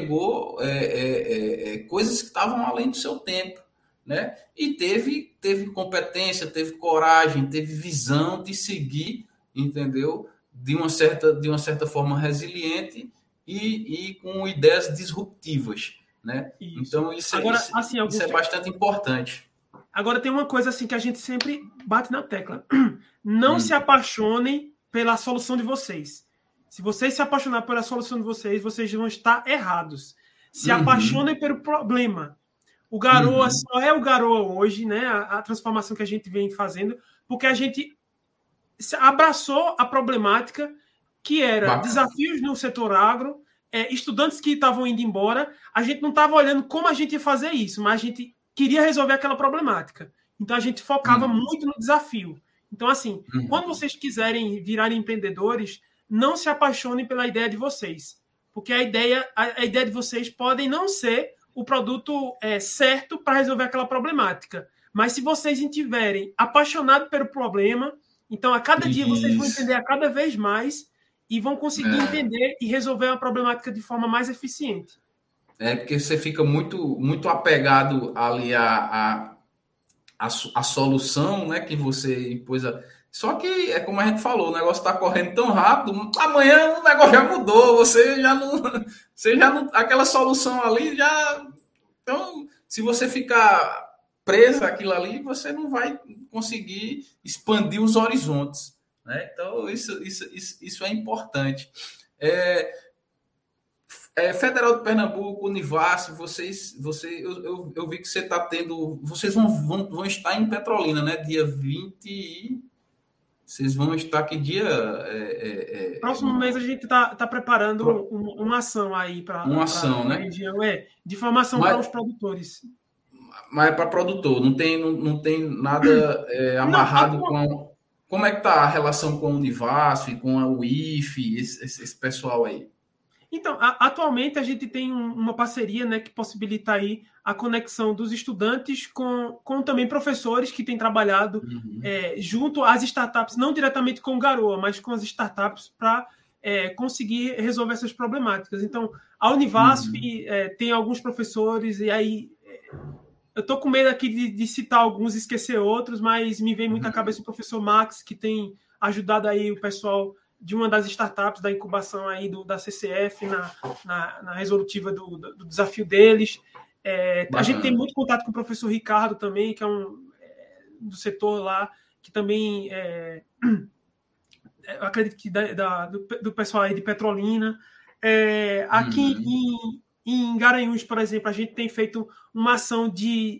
coisas que estavam além do seu tempo, né? E teve competência, teve coragem, teve visão de seguir, entendeu? De uma certa forma resiliente e com ideias disruptivas, né? Isso. Então, isso é bastante importante. Agora, tem uma coisa assim que a gente sempre bate na tecla. Não se apaixonem pela solução de vocês. Se vocês se apaixonar pela solução de vocês, vocês vão estar errados. se apaixonem pelo problema. O Garoa só é o Garoa hoje, né? A transformação que a gente vem fazendo, porque a gente abraçou a problemática que era desafios no setor agro, estudantes que estavam indo embora. A gente não estava olhando como a gente ia fazer isso, mas a gente queria resolver aquela problemática. Então, a gente focava muito no desafio. Então, assim, quando vocês quiserem virarem empreendedores, não se apaixonem pela ideia de vocês. Porque a ideia de vocês pode não ser o produto certo para resolver aquela problemática. Mas se vocês estiverem apaixonados pelo problema, então a cada dia vocês vão entender a cada vez mais e vão conseguir entender e resolver a problemática de forma mais eficiente. Porque você fica muito, muito apegado ali a solução, né, que você impôs. Só que é como a gente falou, o negócio está correndo tão rápido, amanhã o negócio já mudou, você já não, aquela solução ali já. Então, se você ficar preso àquilo ali, você não vai conseguir expandir os horizontes, né? Então, isso é importante. Federal de Pernambuco, Univasf, eu vi que você está tendo. Vocês vão estar em Petrolina, né? Dia 20. Vocês vão estar que dia? Próximo mês a gente está preparando uma ação aí para né? região, de formação para os produtores. Mas é para produtor, não tem nada amarrado com. Como é que está a relação com a Univasf, com a UIF, esse pessoal aí? Então, atualmente a gente tem uma parceria, né, que possibilita aí a conexão dos estudantes com também professores que têm trabalhado junto às startups, não diretamente com o Garoa, mas com as startups para conseguir resolver essas problemáticas. Então, a Univasf tem alguns professores, e aí eu estou com medo aqui de citar alguns e esquecer outros, mas me vem muito à cabeça o professor Max, que tem ajudado aí o pessoal de uma das startups da incubação aí da CCF na resolutiva do desafio deles. A gente tem muito contato com o professor Ricardo também, que é do setor lá, que também eu acredito que do pessoal aí de Petrolina. Aqui em Garanhuns, por exemplo, a gente tem feito uma ação de...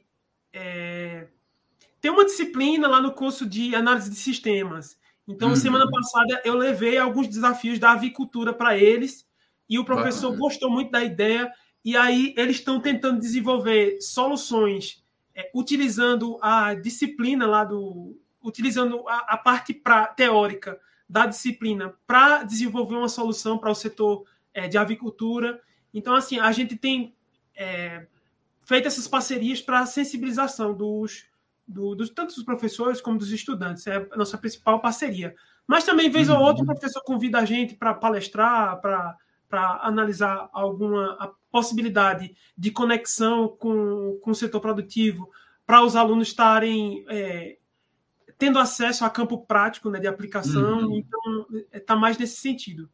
tem uma disciplina lá no curso de análise de sistemas. Então, semana passada, eu levei alguns desafios da avicultura para eles e o professor gostou muito da ideia. E aí, eles estão tentando desenvolver soluções utilizando a disciplina lá utilizando a parte teórica da disciplina para desenvolver uma solução para o setor de avicultura. Então, assim, a gente tem feito essas parcerias para sensibilização tanto dos professores como dos estudantes. É a nossa principal parceria. Mas também, vez ou outra, o professor convida a gente para palestrar, para analisar a possibilidade de conexão com o setor produtivo, para os alunos estarem tendo acesso a campo prático, né, de aplicação. Então, está mais nesse sentido.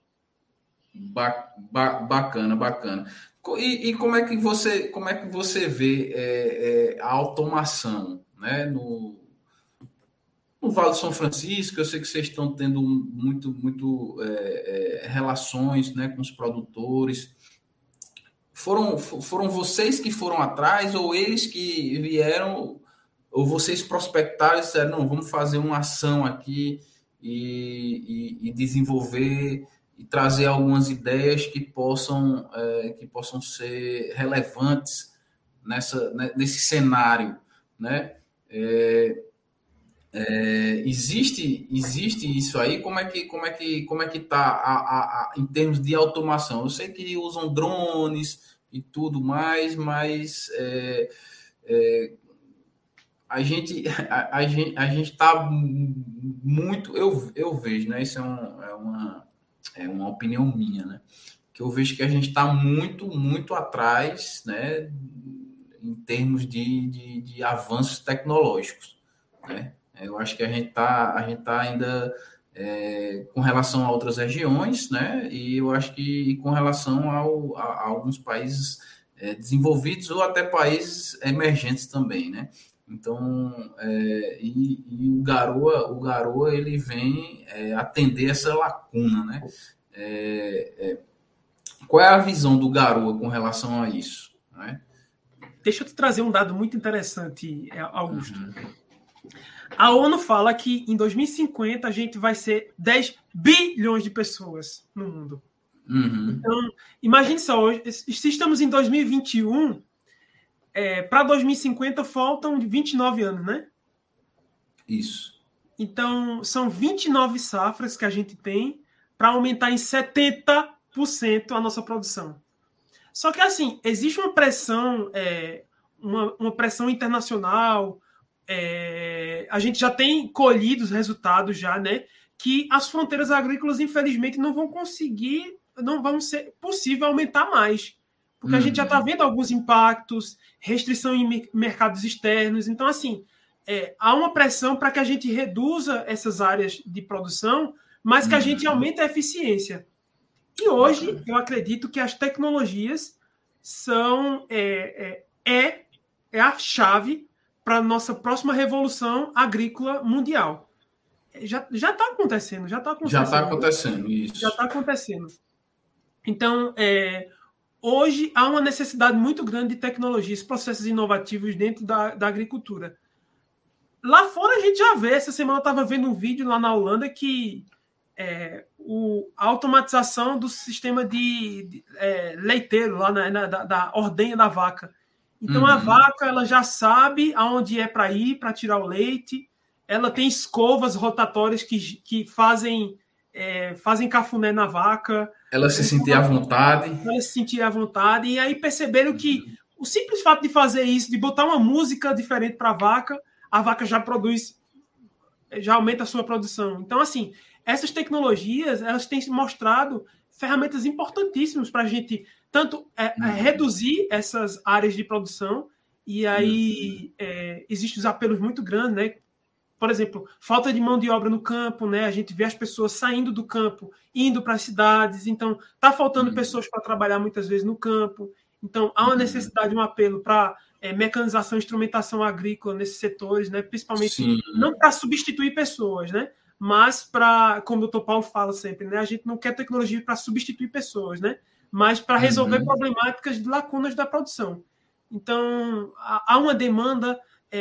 Bacana. E como é que você vê a automação, né, no Vale do São Francisco? Eu sei que vocês estão tendo muito relações, né, com os produtores. Foram vocês que foram atrás, ou eles que vieram, ou vocês prospectaram e disseram, não, vamos fazer uma ação aqui e desenvolver e trazer algumas ideias que possam ser relevantes nesse cenário, né? Existe isso aí? Como é que está em termos de automação? Eu sei que usam drones e tudo mais, mas a gente está muito, eu vejo, né? Isso é uma opinião minha, né? Que eu vejo que a gente está muito atrás, né? Em termos de avanços tecnológicos, né? Eu acho que a gente tá ainda com relação a outras regiões, né? E eu acho que com relação a alguns países desenvolvidos ou até países emergentes também, né? Então, o Garoa ele vem atender essa lacuna, né? Qual é a visão do Garoa com relação a isso? Né? Deixa eu te trazer um dado muito interessante, Augusto. A ONU fala que em 2050 a gente vai ser 10 bilhões de pessoas no mundo. Então, imagine só, se estamos em 2021, para 2050 faltam 29 anos, né? Isso. Então, são 29 safras que a gente tem para aumentar em 70% a nossa produção. Só que, assim, existe uma pressão, uma pressão internacional, a gente já tem colhido os resultados já, né? Que as fronteiras agrícolas, infelizmente, não vão ser possível aumentar mais. Porque a gente já está vendo alguns impactos, restrição em mercados externos. Então, assim, há uma pressão para que a gente reduza essas áreas de produção, mas que a gente aumente a eficiência. E hoje, eu acredito que as tecnologias são a chave para a nossa próxima revolução agrícola mundial. Já está acontecendo, Já está acontecendo, isso. Já está acontecendo. Então, hoje há uma necessidade muito grande de tecnologias, processos inovativos dentro da agricultura. Lá fora a gente já vê, essa semana eu estava vendo um vídeo lá na Holanda que a automatização do sistema de leiteiro, lá da ordenha da vaca. Então, a vaca ela já sabe aonde é para ir, para tirar o leite. Ela tem escovas rotatórias que fazem cafuné na vaca. Ela se sentir à vontade. Ela se sentir à vontade. E aí perceberam que o simples fato de fazer isso, de botar uma música diferente para a vaca já produz, já aumenta a sua produção. Então, assim, essas tecnologias, elas têm mostrado ferramentas importantíssimas para a gente tanto reduzir essas áreas de produção, e aí existem os apelos muito grandes, né? Por exemplo, falta de mão de obra no campo, né? A gente vê as pessoas saindo do campo, indo para as cidades, então está faltando pessoas para trabalhar muitas vezes no campo. Então, há uma necessidade, um apelo para mecanização e instrumentação agrícola nesses setores, né? Principalmente não para substituir pessoas, né? Mas para, como o Dr. Paulo fala sempre, né? A gente não quer tecnologia para substituir pessoas, né? Mas para resolver problemáticas de lacunas da produção. Então, há uma demanda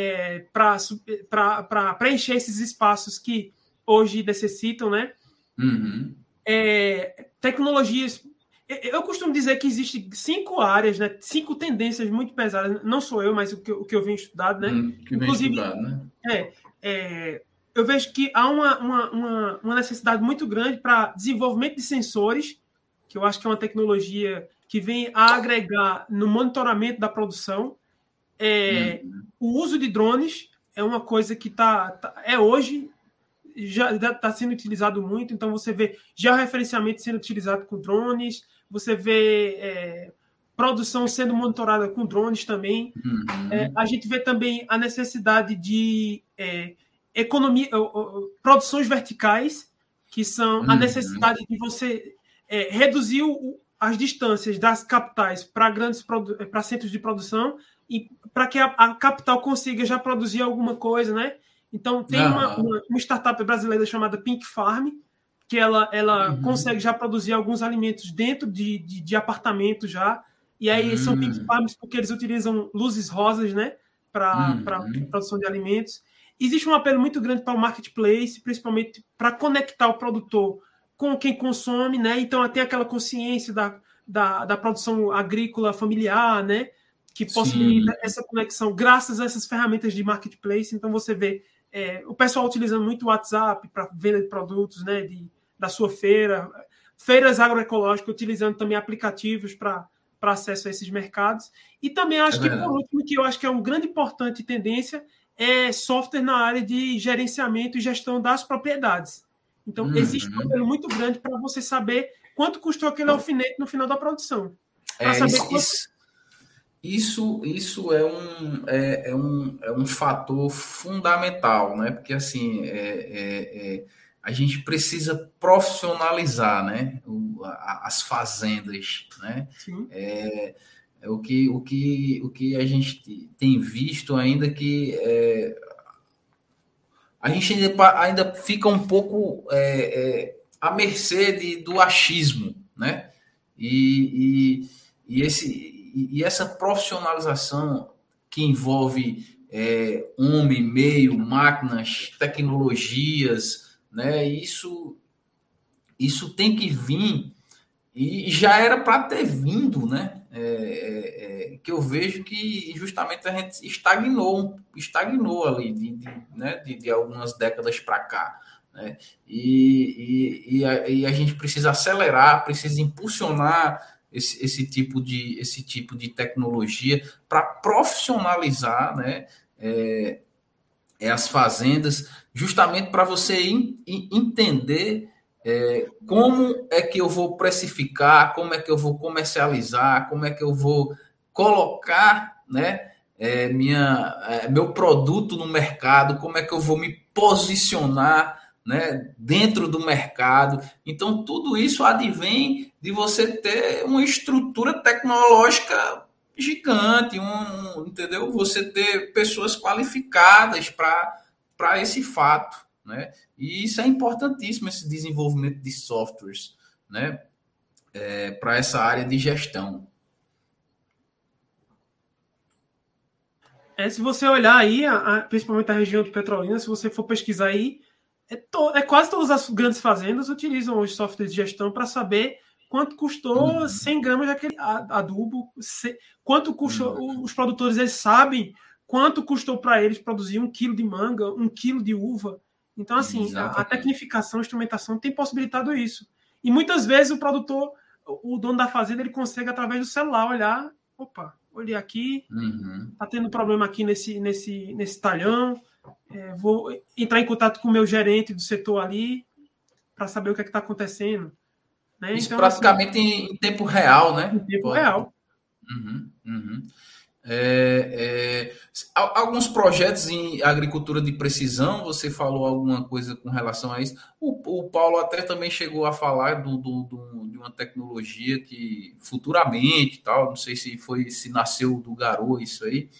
para preencher esses espaços que hoje necessitam, né? Tecnologias. Eu costumo dizer que existem 5 áreas, né? 5 tendências muito pesadas. Não sou eu, mas o que eu venho estudado, né? Inclusive, né? Eu vejo que há uma necessidade muito grande para desenvolvimento de sensores, que eu acho que é uma tecnologia que vem a agregar no monitoramento da produção. O uso de drones é uma coisa que hoje já está sendo utilizado muito, então você vê georreferenciamento sendo utilizado com drones, você vê produção sendo monitorada com drones também. A gente vê também a necessidade de produções verticais, que são a necessidade de você reduzir as distâncias das capitais para centros de produção e para que a capital consiga já produzir alguma coisa, né? Então, tem uma startup brasileira chamada Pink Farm, que ela consegue já produzir alguns alimentos dentro de apartamento já. E aí são Pink Farms porque eles utilizam luzes rosas, né? Para produção de alimentos. Existe um apelo muito grande para o marketplace, principalmente para conectar o produtor com quem consome, né? Então, tem aquela consciência da produção agrícola familiar, né? Que possibilita essa conexão graças a essas ferramentas de marketplace. Então, você vê o pessoal utilizando muito o WhatsApp para venda de produtos, né? Da sua feira. Feiras agroecológicas utilizando também aplicativos para acesso a esses mercados. E também acho que, por último, que eu acho que é uma grande importante tendência é software na área de gerenciamento e gestão das propriedades. Então, existe um apelo muito grande para você saber quanto custou aquele alfinete no final da produção. Isso é um fator fundamental, né? Porque assim a gente precisa profissionalizar, né? As fazendas, né? O que a gente tem visto ainda que a gente ainda fica um pouco à mercê do achismo, né? E essa profissionalização que envolve homem, meio, máquinas, tecnologias, né? Isso tem que vir, e já era para ter vindo, né? Que eu vejo que justamente a gente estagnou ali de algumas décadas para cá, né? E a gente precisa acelerar, precisa impulsionar esse tipo de tecnologia para profissionalizar, né? As fazendas, justamente para você entender como é que eu vou precificar, como é que eu vou comercializar, como é que eu vou colocar, né, meu produto no mercado, como é que eu vou me posicionar, né, dentro do mercado. Então, tudo isso advém de você ter uma estrutura tecnológica gigante, entendeu? Você ter pessoas qualificadas para esse fato, né? E isso é importantíssimo, esse desenvolvimento de softwares, né? Para essa área de gestão. Se você olhar aí, principalmente a região de Petrolina, se você for pesquisar aí, quase todas as grandes fazendas utilizam os softwares de gestão para saber quanto custou 100 gramas daquele adubo, quanto custou, os produtores eles sabem quanto custou para eles produzir 1 quilo de manga, 1 quilo de uva. Então, assim, a tecnificação, a instrumentação tem possibilitado isso. E muitas vezes o produtor, o dono da fazenda, ele consegue, através do celular, olhar, opa, olhei aqui, tá tendo problema aqui nesse talhão, vou entrar em contato com o meu gerente do setor ali para saber o que é que está acontecendo. Né? Isso então, praticamente assim, em tempo real, né? Em tempo real. Alguns projetos em agricultura de precisão, você falou alguma coisa com relação a isso. O Paulo até também chegou a falar de uma tecnologia que futuramente, tal, não sei se nasceu do Garou isso aí,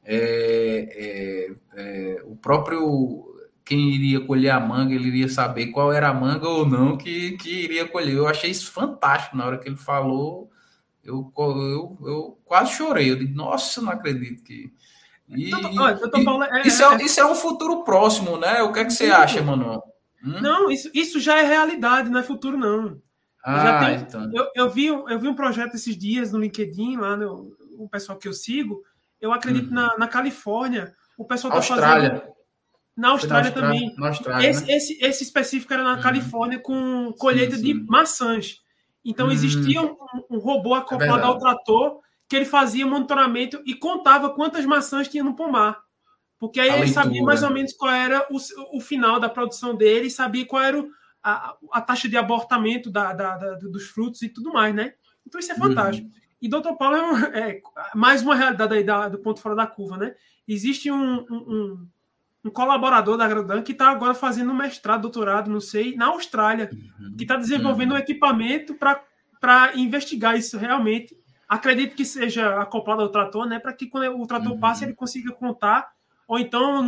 o próprio quem iria colher a manga, ele iria saber qual era a manga ou não que iria colher. Eu achei isso fantástico na hora que ele falou. Eu quase chorei. Eu disse, nossa, não acredito que. Isso é um futuro próximo, né? O que é que você acha, Manuel? Não, isso já é realidade, não é futuro, não. Então. Eu vi um projeto esses dias no LinkedIn, lá o pessoal que eu sigo. Eu acredito na Califórnia. O pessoal está fazendo. Na Austrália também. Na Austrália, esse específico era na Califórnia, com colheita de maçãs. Então, existia um robô acoplado ao trator que ele fazia monitoramento e contava quantas maçãs tinha no pomar. Porque aí ele sabia mais ou menos qual era o final da produção dele, sabia qual era a taxa de abortamento dos frutos e tudo mais, né? Então, isso é fantástico. E Dr. Paulo é mais uma realidade aí do ponto fora da curva, né? Existe um colaborador da Agrodan que está agora fazendo mestrado, doutorado, não sei, na Austrália, que está desenvolvendo um equipamento para investigar isso realmente. Acredito que seja acoplado ao trator, né, para que quando o trator passe, ele consiga contar, ou então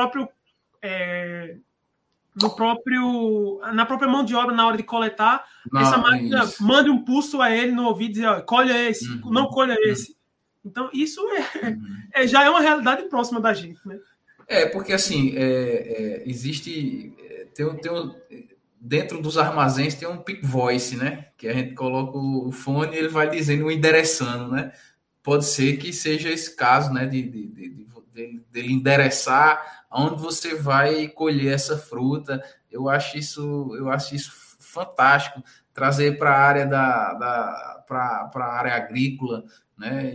na própria mão de obra, na hora de coletar, essa máquina manda um pulso a ele no ouvido e diz, colha esse, não colha esse. Então, isso já é uma realidade próxima da gente, né? Porque assim, existe. Dentro dos armazéns tem um pick voice, né? Que a gente coloca o fone e ele vai dizendo, endereçando, né? Pode ser que seja esse caso, né? De endereçar aonde você vai colher essa fruta. Eu acho isso fantástico. Trazer para a área para a área agrícola, né?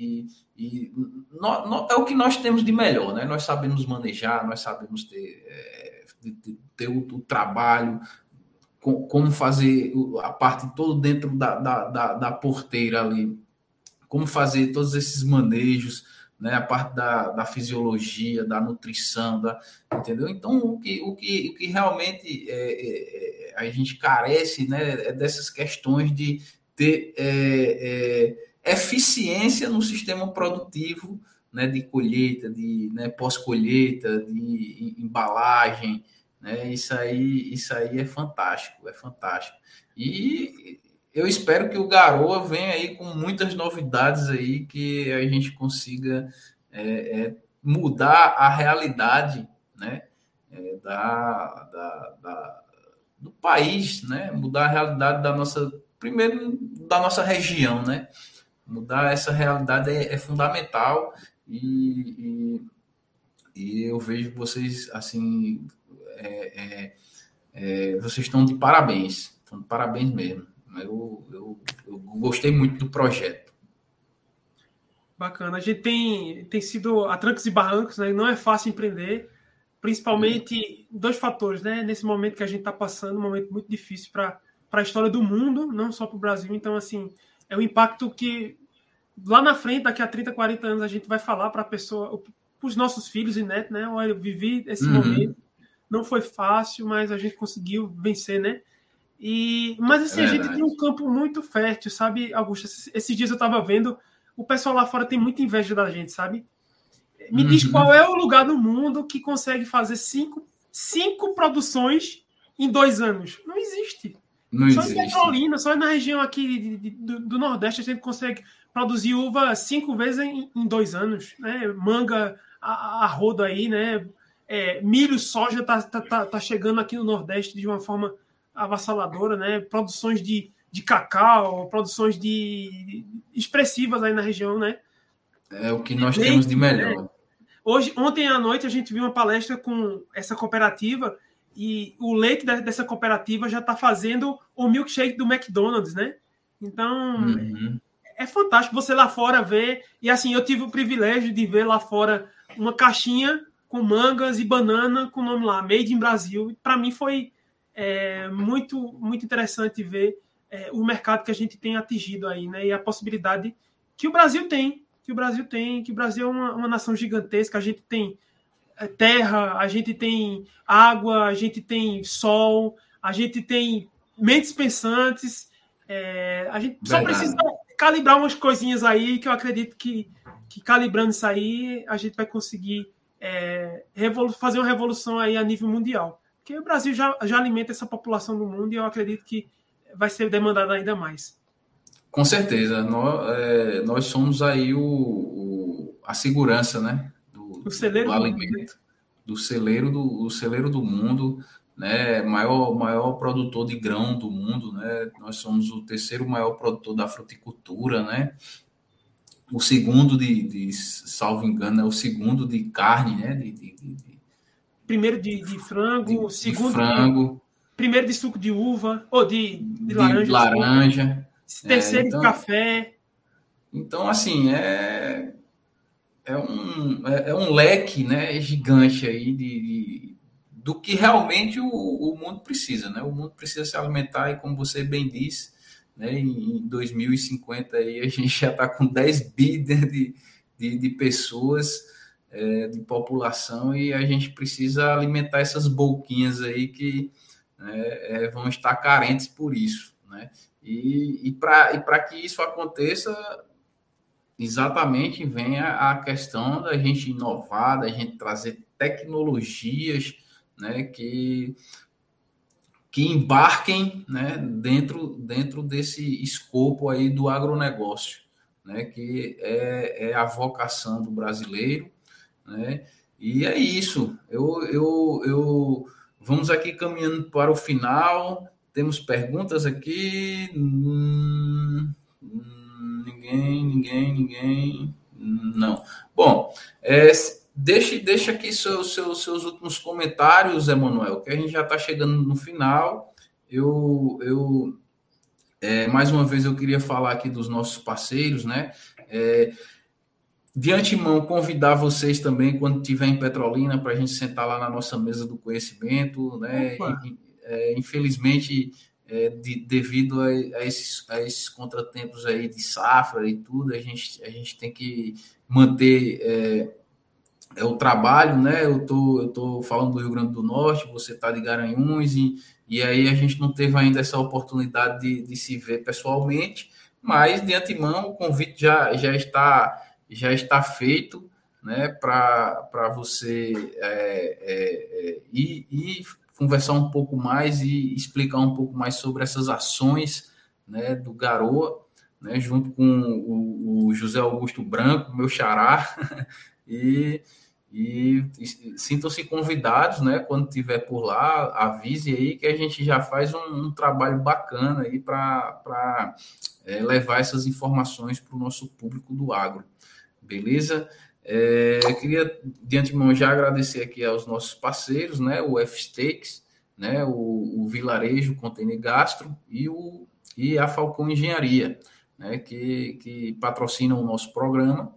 É o que nós temos de melhor, né? Nós sabemos manejar, nós sabemos ter o trabalho, como fazer a parte toda dentro da porteira ali, como fazer todos esses manejos, né? A parte da fisiologia, da nutrição, entendeu? Então, o que realmente a gente carece, né? É dessas questões de ter eficiência no sistema produtivo, né, de colheita, né, pós-colheita, de embalagem, né? Isso aí é fantástico, é fantástico. E eu espero que o Garoa venha aí com muitas novidades aí, que a gente consiga mudar a realidade, né, do país, né, mudar a realidade primeiro da nossa região, né, mudar essa realidade é fundamental e eu vejo vocês assim, vocês estão de parabéns mesmo. Eu gostei muito do projeto. Bacana. A gente tem sido a trancos e barrancos, né? Não é fácil empreender, principalmente dois fatores, né? Nesse momento que a gente está passando, um momento muito difícil para a história do mundo, não só para o Brasil. Então, assim, é um impacto que lá na frente, daqui a 30, 40 anos, a gente vai falar para a pessoa, para os nossos filhos e netos, né? Olha, eu vivi esse momento, não foi fácil, mas a gente conseguiu vencer, né? Mas assim, a gente tem um campo muito fértil, sabe, Augusto? Esses dias eu estava vendo, o pessoal lá fora tem muita inveja da gente, sabe? Me diz qual é o lugar do mundo que consegue fazer cinco produções em 2 anos? Não existe. Só em Petrolina, só na região aqui do Nordeste a gente consegue produzir uva 5 vezes em 2 anos, né? Manga a rodo aí, né? Milho, soja tá chegando aqui no Nordeste de uma forma avassaladora, né? Produções de cacau, produções expressivas aí na região, né? É o que nós temos de melhor. Né? Ontem à noite a gente viu uma palestra com essa cooperativa e o leite dessa cooperativa já está fazendo o milkshake do McDonald's, né? Então, é fantástico você lá fora ver. E assim, eu tive o privilégio de ver lá fora uma caixinha com mangas e banana com o nome lá, Made in Brasil. Para mim foi muito, muito interessante ver o mercado que a gente tem atingido aí, né? E a possibilidade que o Brasil tem, que o Brasil é uma nação gigantesca, a gente tem terra, a gente tem água, a gente tem sol, a gente tem mentes pensantes, a gente só precisa calibrar umas coisinhas aí, que eu acredito que calibrando isso aí, a gente vai conseguir fazer uma revolução aí a nível mundial. Porque o Brasil já alimenta essa população do mundo e eu acredito que vai ser demandado ainda mais. Com certeza. Nós somos aí a segurança, né? Do celeiro do alimento, do celeiro do mundo, né? Maior produtor de grão do mundo, né? Nós somos o terceiro maior produtor da fruticultura, né? O segundo salvo engano, é o segundo de carne, né? Primeiro de frango, segundo de frango, primeiro de suco de uva, ou de laranja. Laranja. Terceiro então, de café. Então, assim, um leque, né, gigante aí do que realmente o mundo precisa, né? O mundo precisa se alimentar e, como você bem disse, né, em 2050 aí a gente já está com 10 bi de pessoas, de população, e a gente precisa alimentar essas boquinhas aí que vão estar carentes por isso, né? E para que isso aconteça, exatamente vem a questão da gente inovar, da gente trazer tecnologias, né, que embarquem, né, dentro desse escopo aí do agronegócio, né, que é a vocação do brasileiro, né? E é isso. Vamos aqui caminhando para o final. Temos perguntas aqui. Ninguém. Não. Bom, deixa aqui seus últimos comentários, Emanuel, que a gente já está chegando no final. Mais uma vez eu queria falar aqui dos nossos parceiros, né? De antemão, convidar vocês também, quando estiver em Petrolina, para a gente sentar lá na nossa mesa do conhecimento, né? Infelizmente, devido a esses contratempos aí de safra e tudo, a gente tem que manter o trabalho, né? Eu tô falando do Rio Grande do Norte, você está de Garanhuns, e aí a gente não teve ainda essa oportunidade de se ver pessoalmente, mas de antemão o convite já está feito, né, para você ir conversar um pouco mais e explicar um pouco mais sobre essas ações, né, do Garoa, né, junto com o José Augusto Branco, meu xará, e sintam-se convidados, né, quando estiver por lá, avise aí que a gente já faz um trabalho bacana aí para levar essas informações para o nosso público do agro, beleza? Eu queria, de antemão, já agradecer aqui aos nossos parceiros, né, o F-Steaks, né, o Vilarejo Container Gastro e a Falcão Engenharia, né, que patrocinam o nosso programa,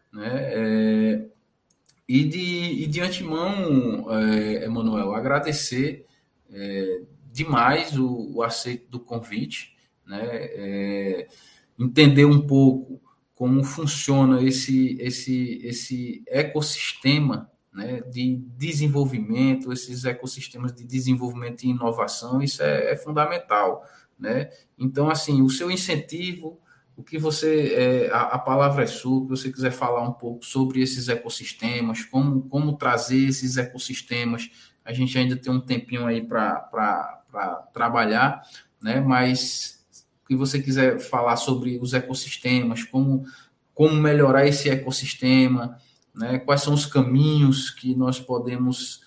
né, e de antemão, Emanuel, agradecer demais o aceito do convite, né, entender um pouco como funciona esse ecossistema, né, de desenvolvimento, esses ecossistemas de desenvolvimento e inovação, isso é fundamental, né? Então, assim, o seu incentivo, o que você, a palavra é sua, que você quiser falar um pouco sobre esses ecossistemas, como trazer esses ecossistemas, a gente ainda tem um tempinho aí para trabalhar, né? Mas que você quiser falar sobre os ecossistemas, como melhorar esse ecossistema, né? Quais são os caminhos que nós podemos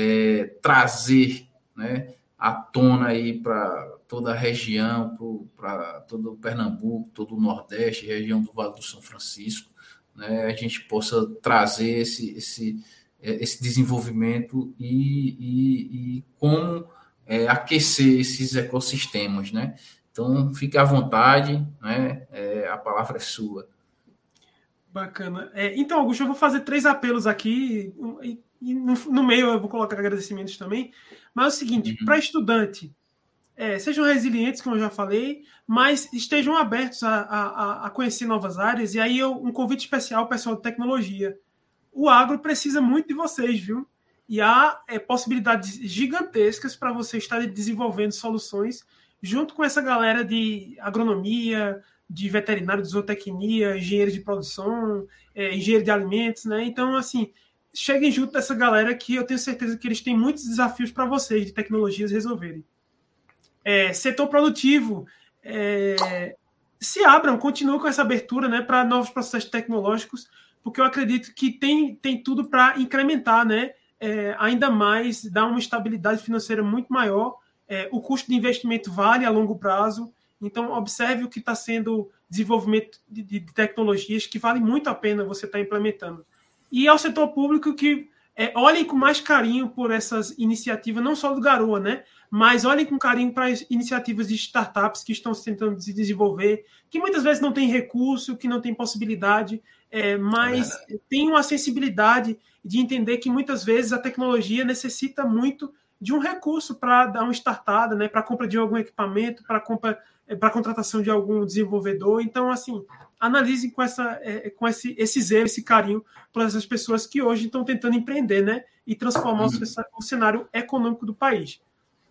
trazer, né, à tona aí para toda a região, para todo o Pernambuco, todo o Nordeste, região do Vale do São Francisco, né? A gente possa trazer esse desenvolvimento e como aquecer esses ecossistemas, né? Então, fique à vontade, né? A palavra é sua. Bacana. Então, Augusto, eu vou fazer 3 apelos aqui, e no meio eu vou colocar agradecimentos também, mas é o seguinte, para estudante, sejam resilientes, como eu já falei, mas estejam abertos a conhecer novas áreas, e aí um convite especial ao pessoal de tecnologia. O agro precisa muito de vocês, viu? E há possibilidades gigantescas para você estar desenvolvendo soluções junto com essa galera de agronomia, de veterinário, de zootecnia, engenheiro de produção, engenheiro de alimentos, né? Então, assim, cheguem junto dessa galera que eu tenho certeza que eles têm muitos desafios para vocês de tecnologias resolverem. Setor produtivo, se abram, continuem com essa abertura, né, para novos processos tecnológicos, porque eu acredito que tem tudo para incrementar, né, ainda mais, dar uma estabilidade financeira muito maior. O custo de investimento vale a longo prazo, então observe o que está sendo desenvolvimento de tecnologias que vale muito a pena você estar implementando. E ao setor público que olhem com mais carinho por essas iniciativas, não só do Garoa, né? Mas olhem com carinho para as iniciativas de startups que estão tentando se desenvolver, que muitas vezes não tem recurso, que não tem possibilidade, mas tem uma sensibilidade de entender que muitas vezes a tecnologia necessita muito de um recurso para dar uma startada, né? Para compra de algum equipamento, para contratação de algum desenvolvedor. Então, assim, analisem com esse zelo, esse carinho por essas pessoas que hoje estão tentando empreender, né? E transformar o cenário econômico do país.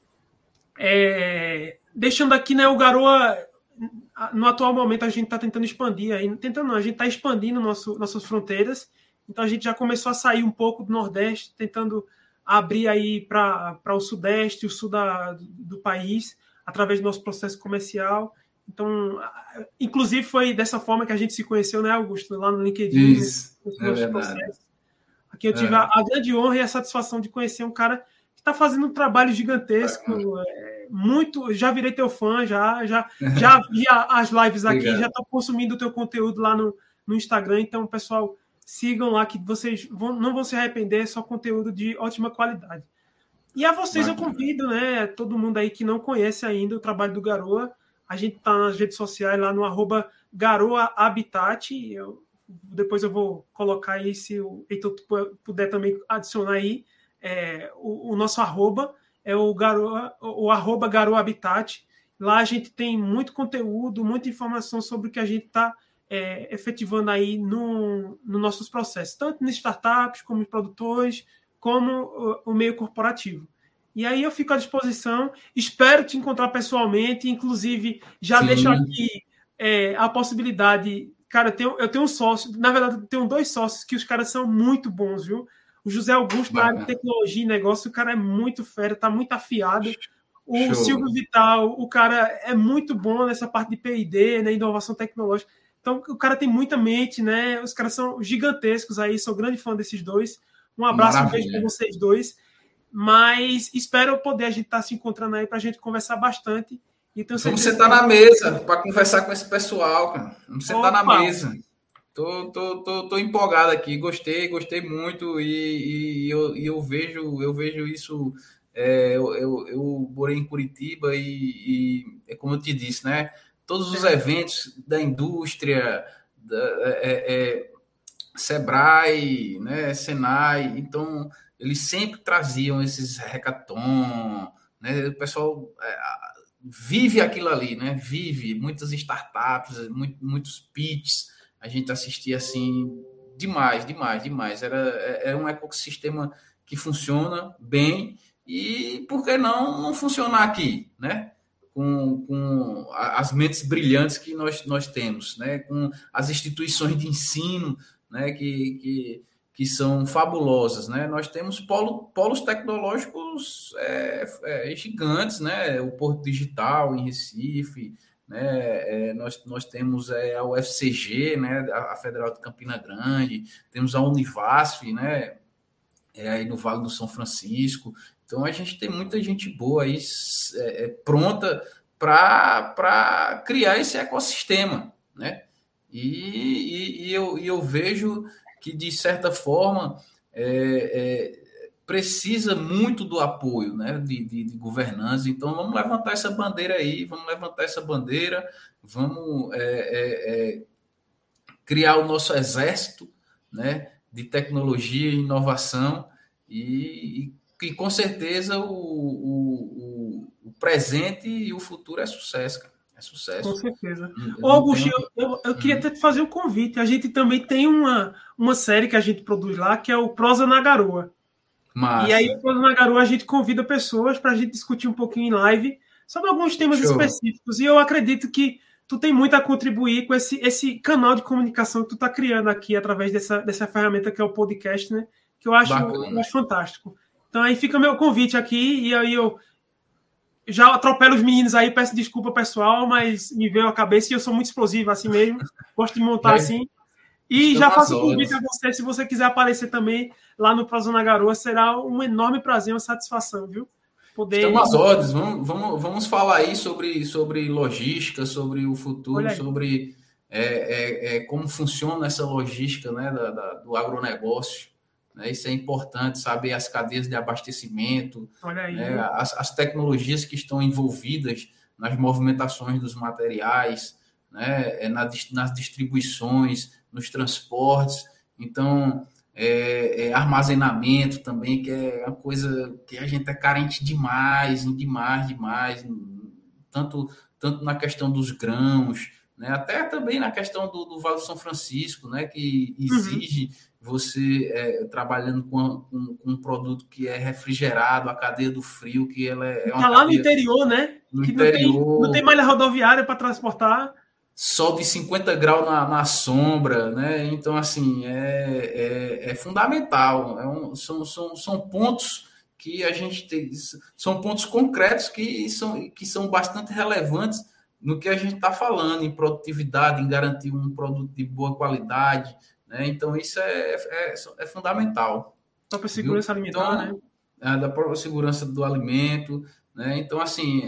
Deixando aqui, né, o Garoa, no atual momento a gente está tentando expandir, a gente está expandindo nossas fronteiras, então a gente já começou a sair um pouco do Nordeste, tentando abrir aí para o Sudeste, o Sul do país, através do nosso processo comercial. Então, inclusive foi dessa forma que a gente se conheceu, né, Augusto? Lá no LinkedIn. Isso, processos. Aqui eu tive a grande honra e a satisfação de conhecer um cara que está fazendo um trabalho gigantesco, muito, já virei teu fã, já vi as lives aqui, obrigado. Já estou consumindo o teu conteúdo lá no Instagram, então, pessoal, sigam lá que vocês não vão se arrepender, é só conteúdo de ótima qualidade. E a vocês eu convido, né, todo mundo aí que não conhece ainda o trabalho do Garoa, a gente está nas redes sociais lá no @GaroaHabitat, depois eu vou colocar aí, se o Heitor puder também adicionar aí, o nosso arroba, o @GaroaHabitat. Lá a gente tem muito conteúdo, muita informação sobre o que a gente está efetivando aí nos nossos processos, tanto nas startups, como nos produtores, como o meio corporativo. E aí eu fico à disposição, espero te encontrar pessoalmente, inclusive já deixo aqui a possibilidade. Cara, eu tenho um sócio, na verdade eu tenho 2 sócios que os caras são muito bons, viu? O José Augusto, na área de tecnologia e negócio, o cara é muito fera, tá muito afiado. O Silvio Vital, o cara é muito bom nessa parte de P&D, né, inovação tecnológica. Então, o cara tem muita mente, né? Os caras são gigantescos aí, sou grande fã desses dois. Um abraço, um beijo para vocês dois. Mas espero poder a gente estar se encontrando aí para a gente conversar bastante. E vamos sentar na mesa para conversar com esse pessoal, cara. Vamos sentar na mesa. Tô empolgado aqui, gostei muito e eu vejo isso. Eu morei em Curitiba e é como eu te disse, né? Todos os eventos da indústria, Sebrae, né? Senai, então eles sempre traziam esses hackathon, né? O pessoal vive aquilo ali, né? Vive muitas startups, muitos pitches. A gente assistia assim demais. Era um ecossistema que funciona bem e por que não funcionar aqui, né? Com as mentes brilhantes que nós temos, né? Com as instituições de ensino, né? Que são fabulosas, né? Nós temos polos tecnológicos gigantes, né? O Porto Digital em Recife, né? Nós temos a UFCG, né? A Federal de Campina Grande, temos a Univasf, né? Aí no Vale do São Francisco. Então a gente tem muita gente boa aí pronta para criar esse ecossistema, né? E eu vejo que, de certa forma, precisa muito do apoio, né, de governança. Então, vamos levantar essa bandeira aí, vamos criar o nosso exército, né, de tecnologia e inovação e com certeza o presente e o futuro é sucesso, cara. É sucesso. Com certeza. Ô, Augusto, eu queria até te fazer um convite. A gente também tem uma série que a gente produz lá, que é o Prosa na Garoa. Massa. E aí, o Prosa na Garoa, a gente convida pessoas para a gente discutir um pouquinho em live sobre alguns temas específicos. E eu acredito que tu tem muito a contribuir com esse canal de comunicação que tu está criando aqui através dessa ferramenta que é o podcast, né? Que eu acho fantástico. Então, aí fica meu convite aqui, e aí eu já atropelo os meninos aí, peço desculpa, pessoal, mas me veio a cabeça e eu sou muito explosivo assim mesmo, gosto de montar assim. E já faço o convite a você, se você quiser aparecer também lá no Prosa na Garoa, será um enorme prazer, uma satisfação, viu? Estamos às ordens, vamos falar aí sobre logística, sobre o futuro, sobre como funciona essa logística, né, do agronegócio. Isso é importante, saber as cadeias de abastecimento, né, as tecnologias que estão envolvidas nas movimentações dos materiais, né, nas distribuições, nos transportes. Então, armazenamento também, que é uma coisa que a gente é carente demais, tanto na questão dos grãos, né, até também na questão do Vale do São Francisco, né, que exige você trabalhando com um produto que é refrigerado, a cadeia do frio, que ela é uma lá no interior, né? No que interior, não tem malha rodoviária para transportar. Sol de 50 graus na sombra, né? Então, assim, é fundamental. São pontos que a gente tem, são pontos concretos que são bastante relevantes no que a gente está falando, em produtividade, em garantir um produto de boa qualidade, né? Então, isso é fundamental. A própria segurança alimentar, então, né? Da própria segurança do alimento, né? Então, assim,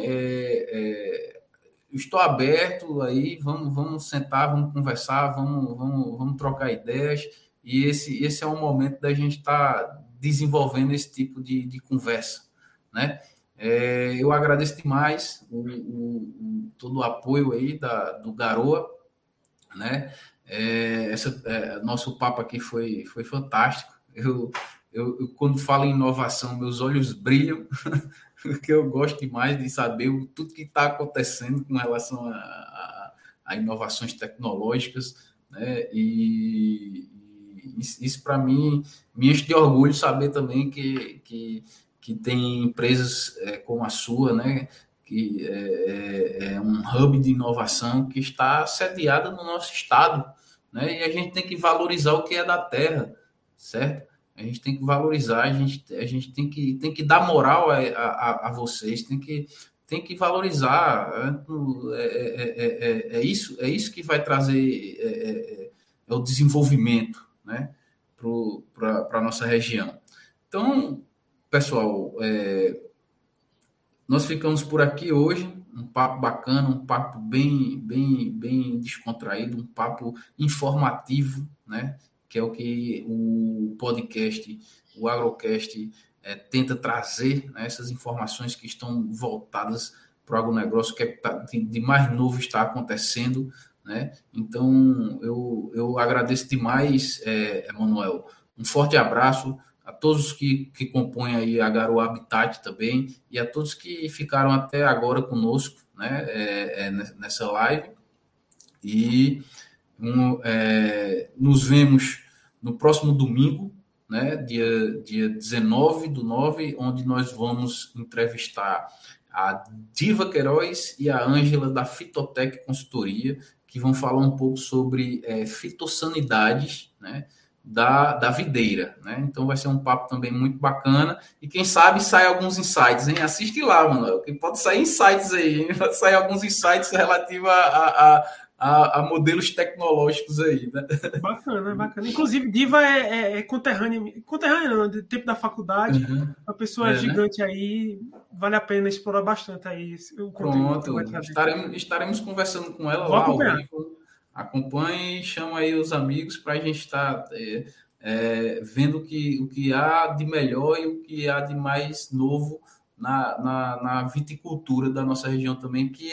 estou aberto aí, vamos sentar, vamos conversar, vamos trocar ideias, e esse é o momento da gente estar desenvolvendo esse tipo de conversa, né? Eu agradeço demais todo o apoio aí do Garoa, né? Nosso papo aqui foi fantástico. Eu, quando falo em inovação, meus olhos brilham, porque eu gosto demais de saber tudo que está acontecendo com relação a inovações tecnológicas, né? E isso, para mim, me enche de orgulho saber também que tem empresas como a sua, né? Que é um hub de inovação que está sediada no nosso estado, né? E a gente tem que valorizar o que é da terra, certo? A gente tem que valorizar, a gente tem que dar moral a vocês, tem que tem que valorizar. É isso que vai trazer o desenvolvimento, né, para a nossa região. Então, pessoal, nós ficamos por aqui hoje. Um papo bacana, um papo bem descontraído, um papo informativo, né? Que é o que o podcast, o Agrocast, tenta trazer, né? Essas informações que estão voltadas para o agronegócio, que de mais novo está acontecendo, né? Então, eu agradeço demais, Emanuel. Um forte abraço a todos que compõem aí a Agro Habitat também, e a todos que ficaram até agora conosco, né, nessa live. E nos vemos no próximo domingo, né, dia 19/9, onde nós vamos entrevistar a Diva Queiroz e a Ângela da Fitotec Consultoria, que vão falar um pouco sobre fitossanidades, né, da videira, né? Então vai ser um papo também muito bacana, e quem sabe sai alguns insights, hein? Assiste lá, Manuel, que pode sair insights aí, hein? Pode sair alguns insights relativos a modelos tecnológicos aí, né? Bacana. Inclusive, Diva é conterrânea não, do tempo da faculdade, uma pessoa gigante, né? Aí vale a pena explorar bastante aí o conteúdo. Pronto, estaremos conversando com ela lá ao vivo. Acompanhe e chama aí os amigos para a gente estar vendo o que há de melhor e o que há de mais novo na viticultura da nossa região também, que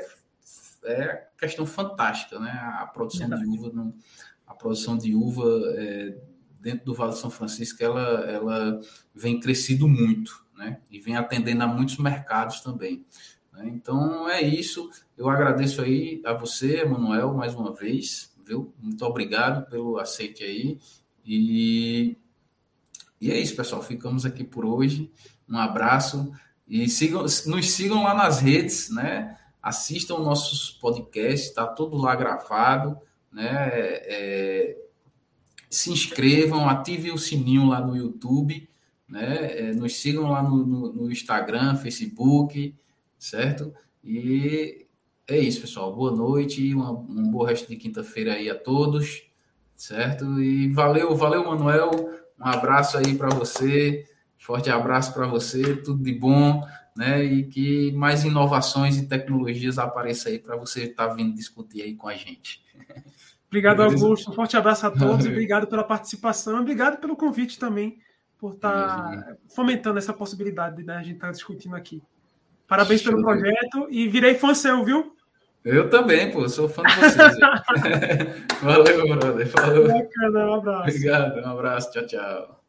é questão fantástica, né? A produção de uva dentro do Vale do São Francisco, ela vem crescido muito, né? E vem atendendo a muitos mercados também. Então, é isso. Eu agradeço aí a você, Emanuel, mais uma vez, viu? Muito obrigado pelo aceite aí. E é isso, pessoal. Ficamos aqui por hoje. Um abraço. E nos sigam lá nas redes, né? Assistam nossos podcasts, está tudo lá gravado, né? Se inscrevam, ativem o sininho lá no YouTube, né? Nos sigam lá no Instagram, Facebook, certo? E é isso, pessoal. Boa noite, um bom resto de quinta-feira aí a todos, certo? E valeu, Manuel. Um abraço aí para você, forte abraço para você, tudo de bom, né? E que mais inovações e tecnologias apareçam aí para você estar vindo discutir aí com a gente. Obrigado, Augusto. Um forte abraço a todos. Obrigado pela participação. Obrigado pelo convite também, por estar fomentando essa possibilidade de a gente estar discutindo aqui. Parabéns pelo projeto e virei fã seu, viu? Eu também, pô, sou fã de vocês. Valeu, brother. Falou. Bacana, um abraço. Obrigado, um abraço, tchau.